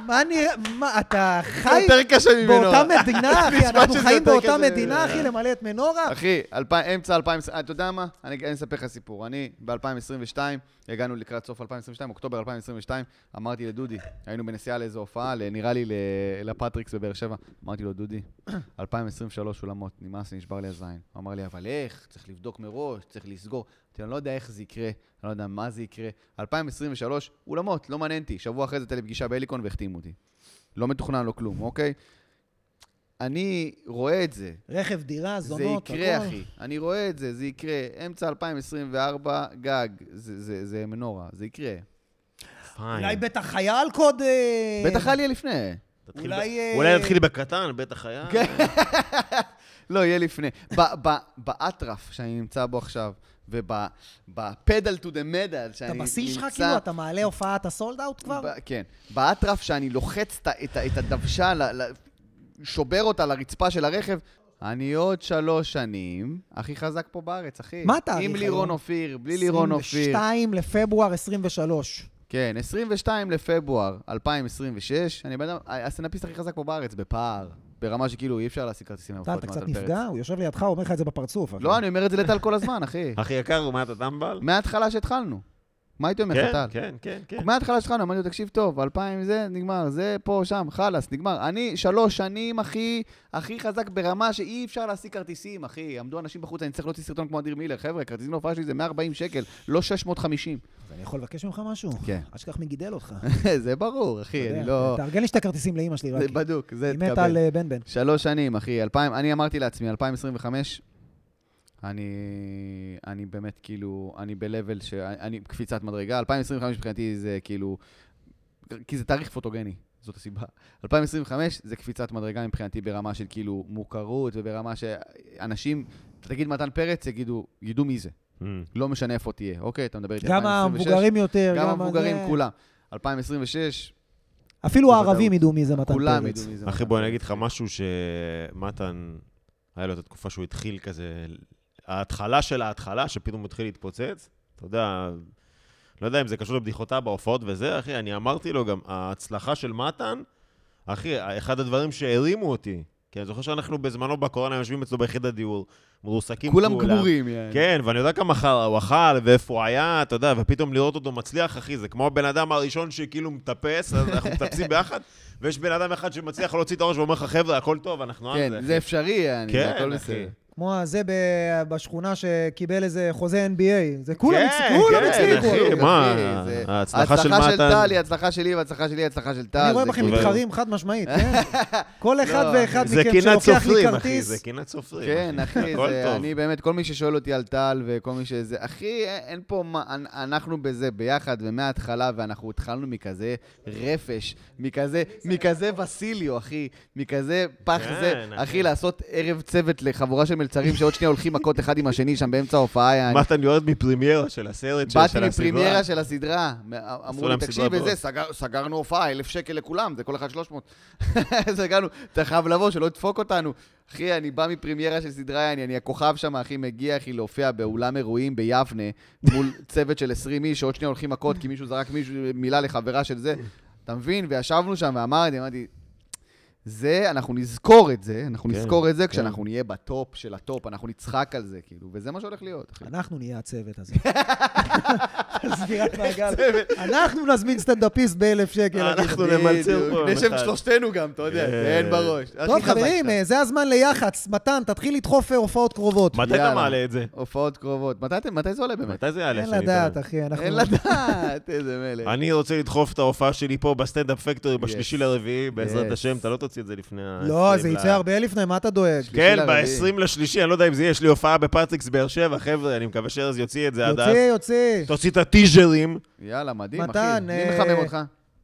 מה, אתה חי יותר קשה ממנורה. באותה מדינה, אחי? אנחנו שזה חיים יותר באותה קשה. מדינה, אחי, למלא את מנורה? אחי, אמצע 2020, אתה יודע מה? אני אספר לך סיפור. אני ב-2022, הגענו לקראת סוף 2022, אוקטובר 2022, אמרתי לדודי, היינו בנסיעה לאיזו הופעה, נראה לי לפטריקס בבאר שבע. אמרתי לו, דודי, 2023 אולמות, נמאס לי, נשבר לי הזין. הוא אמר לי, אבל איך? צריך לבדוק מראש, צריך לסגור. אני לא יודע איך זה יקרה, אני לא יודע מה זה יקרה. 2023, אולמות, לא מעניין אותי. שבוע אחרי זה הייתה לי פגישה בהליקון והחתימו אותי. לא מתוכנן לו כלום, אוקיי? אני רואה את זה. רכב, דירה, זונות, זה יקרה, אחי. אני רואה את זה, זה יקרה. אמצע 2024, גג, זה מנורה, זה יקרה. אולי בית החייל קודם. בית החייל יהיה לפני. אולי נתחיל בקטן, בית החייל. לא, יהיה לפני. באטרף שאני נמצא בו עכשיו, ובפדל טו דה מדל שאני נמצא... אתה בשיא שלך כאילו? אתה מעלה הופעת הסולד אאוט כבר? כן. באטרף שאני לוחץ את הדוושה, שובר אותה לרצפה של הרכב, אני עוד 3 שנים הכי חזק פה בארץ, אחי. מה התאריך היום? עם לירון אופיר, בלי לירון אופיר. 22 לפברואר 23. כן, 22 לפברואר 2026, אני בן אדם, הסטנדאפיסט הכי חזק פה בארץ, בפער. ברמה שכאילו אי אפשר להשיג כרטיסים. אתה קצת נפגע? הוא יושב לידך, הוא אומר לך את זה בפרצוף. לא, אני אומר את זה לטל כל הזמן, אחי. הכי יקר, מה אתה טמבל? מההתחלה שהתחלנו. מה הייתי אומר, טל? כן. מההתחלה שהתחלנו, אמרתי לו, תקשיב טוב, 2000 זה, נגמר, זה פה, שם, חלס, נגמר. אני 3 שנים, הכי חזק ברמה שאי אפשר להשיג כרטיסים, אחי. עמדו אנשים בחוץ, אני צריך להוציא סרטון כמו אדיר מילר. חבר'ה, כרטיסים להופעה שלי זה 140 שקל, לא 650. אז אני יכול לבקש ממך משהו? כן. עד שכך מי גידל אותך. זה ברור, אחי, אני לא... תארגן לי 2 כרטיסים לאמא שלי, רק. זה בדוק, זה היא מתה על בן. 3 שנים, אחי. אני אמרתי לעצמי, 2025, אני באמת כאילו, אני בלבל שאני קפיצת מדרגה. 2025 מבחינתי זה כאילו, כי זה תאריך פוטוגני, זאת הסיבה. 2025 זה קפיצת מדרגה מבחינתי ברמה של כאילו מוכרות, וברמה שאנשים, תגיד מתן פרץ, ידעו מי זה. לא משנה איפה תהיה, אוקיי? אתה מדבר איתי 2026. גם המבוגרים יותר, גם המבוגרים, כולם. 2026. אפילו הערבים ידעו מי זה מתן פרץ. כולם ידעו מי זה. אחי, בוא אני אגיד לך משהו שמתן, היה לו את התקופה שהוא התחיל כזה, ההתחלה של ההתחלה, שפתאום הוא התחיל להתפוצץ, אתה יודע, לא יודע אם זה קשור לבדיחותיו בהופעות וזה, אחי, אני אמרתי לו גם, ההצלחה של מתן, אחי, אחד הדברים שהרימו אותי, כי אני זוכר שאנחנו בזמנו בקורונה יושבים אצלו ביחידת דיור, מרוסקים כולם גמורים, יעני. כן, ואני יודע כמה חרא הוא אכל, ואיפה הוא היה, אתה יודע, ופתאום לראות אותו מצליח, אחי, זה כמו הבן אדם הראשון שכאילו מטפס, אז אנחנו מטפסים ביחד, ויש בן אדם אחד שמצליח להוציא את הראש ואומר לך, חבר'ה, הכל טוב, אנחנו על זה. כן, זה אפשרי, יעני, זה הכל כן, בסדר. אחי. כמו זה בשכונה שקיבל איזה חוזה NBA. זה כולם כן, הצליחו. אחי, מה? ההצלחה של ההצלחה של מתן. טל היא הצלחה שלי, וההצלחה שלי היא הצלחה של טל. אני רואה בכם כאילו- מתחרים חד משמעית, כן? כל אחד ואחד זה מכם קינת שלוקח לי סופרים, אחי, כרטיס. זה קינת סופרים. כן, אחי, הכל טוב. אני באמת, כל מי ששואל אותי על טל וכל מי שזה, אחי, אין פה, אנחנו בזה ביחד ומההתחלה, ואנחנו התחלנו מכזה רפש, מכזה וסיליו, אחי, מכזה פח זה, אחי, לעשות ערב צוות לחבורה של מלצרים שעוד שנייה הולכים מכות אחד עם השני שם באמצע ההופעה. מתן יורד מפרימיירה של הסרט של הסדרה. באתי מפרימיירה של הסדרה. אמרו לי, להם תקשיב, סדרה וזה, סגרנו הופעה, 1,000 שקל לכולם, זה כל אחד 300. סגרנו, אתה חייב לבוא, שלא תדפוק אותנו. אחי, אני בא מפרימיירה של סדרה, אני הכוכב שם, אחי, מגיע, אחי, להופיע באולם אירועים ביבנה, מול צוות של 20 איש, שעוד שנייה הולכים מכות, כי מישהו זרק מילה לחברה של זה. אתה מבין? וישבנו שם ואמרתי, זה, אנחנו נזכור את זה, נזכור את זה כשאנחנו נהיה בטופ של הטופ, אנחנו נצחק על זה, כאילו, וזה מה שהולך להיות, אחי. אנחנו נהיה הצוות הזה. סגירת מעגל. אנחנו נזמין סטנדאפיסט ב1,000 שקל. אנחנו נמלצר פה. נשב שלושתנו גם, אתה יודע, אין בראש. טוב, חברים, זה הזמן ליח"צ. מתן, תתחיל לדחוף הופעות קרובות. מתי אתה מעלה את זה? הופעות קרובות. מתי זה עולה באמת? מתי זה יעלה? אין לדעת, אחי. אין לדעת, איזה מלך. אני רוצה לדחוף את ההופעה שלי פה בסטנדאפ פקטורי בשלישי לרביעי, בעזרת השם, אתה לא תוציא את את זה לפני לא, זה יצא הרבה לפני, מה אתה דואג? כן, ב-20 לשלישי, אני לא יודע אם זה יש לי הופעה בפטריקס באר שבע, חבר'ה, אני מקווה שארז יוציא את זה עד אז. יוציא. תוציא את הטיז'רים. יאללה, מדהים, אחי. מתן, מי מחמם אותך?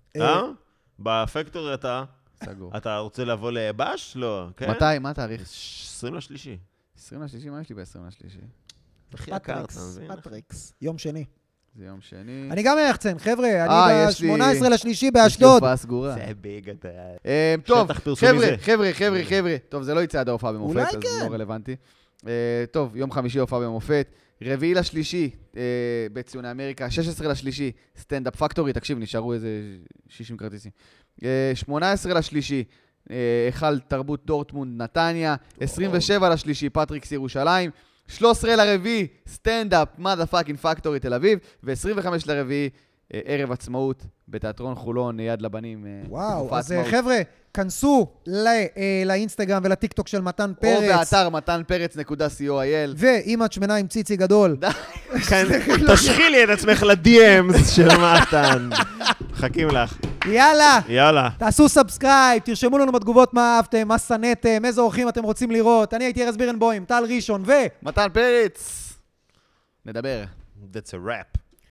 בפקטורי אתה... סגור. אתה רוצה לבוא לבש? לא. מתי? מה התאריך? 20 לשלישי. 20 לשלישי? מה יש לי ב-20 לשלישי? הכי יקר, אתה מבין? פטריקס, יום שני. זה יום שני. אני גם יחצן, חבר'ה, אני ב-18 לשלישי באשדוד. יש לי הופעה סגורה. זה ביג אתה... טוב, חבר'ה. טוב, זה לא יצא עד ההופעה במופת, אז לא רלוונטי. טוב, יום חמישי הופעה במופת. 4 לשלישי בציוני אמריקה. 16 לשלישי סטנדאפ פקטורי. תקשיב, נשארו איזה 60 כרטיסים. 18 לשלישי, היכל תרבות דורטמונד נתניה, 27 לשלישי, פטריקס ירושלים, 13 לרביעי, סטנדאפ, מדה פאקינג פקטורי תל אביב, ו-25 לרביעי, ערב עצמאות, בתיאטרון חולון, יד לבנים. וואו, אז חבר'ה, כנסו לאינסטגרם ולטיקטוק של מתן פרץ. או באתר מתנפרץ.co.il. ואם את שמנה עם ציצי גדול. תשחילי את עצמך ל-DMs של מתן. מחכים לך. יאללה. תעשו סאבסקרייב, תרשמו לנו בתגובות מה אהבתם, מה שנאתם, איזה אורחים אתם רוצים לראות. אני הייתי ארז בירנבוים, טל ראשון מתן פרץ. נדבר. That's a wrap.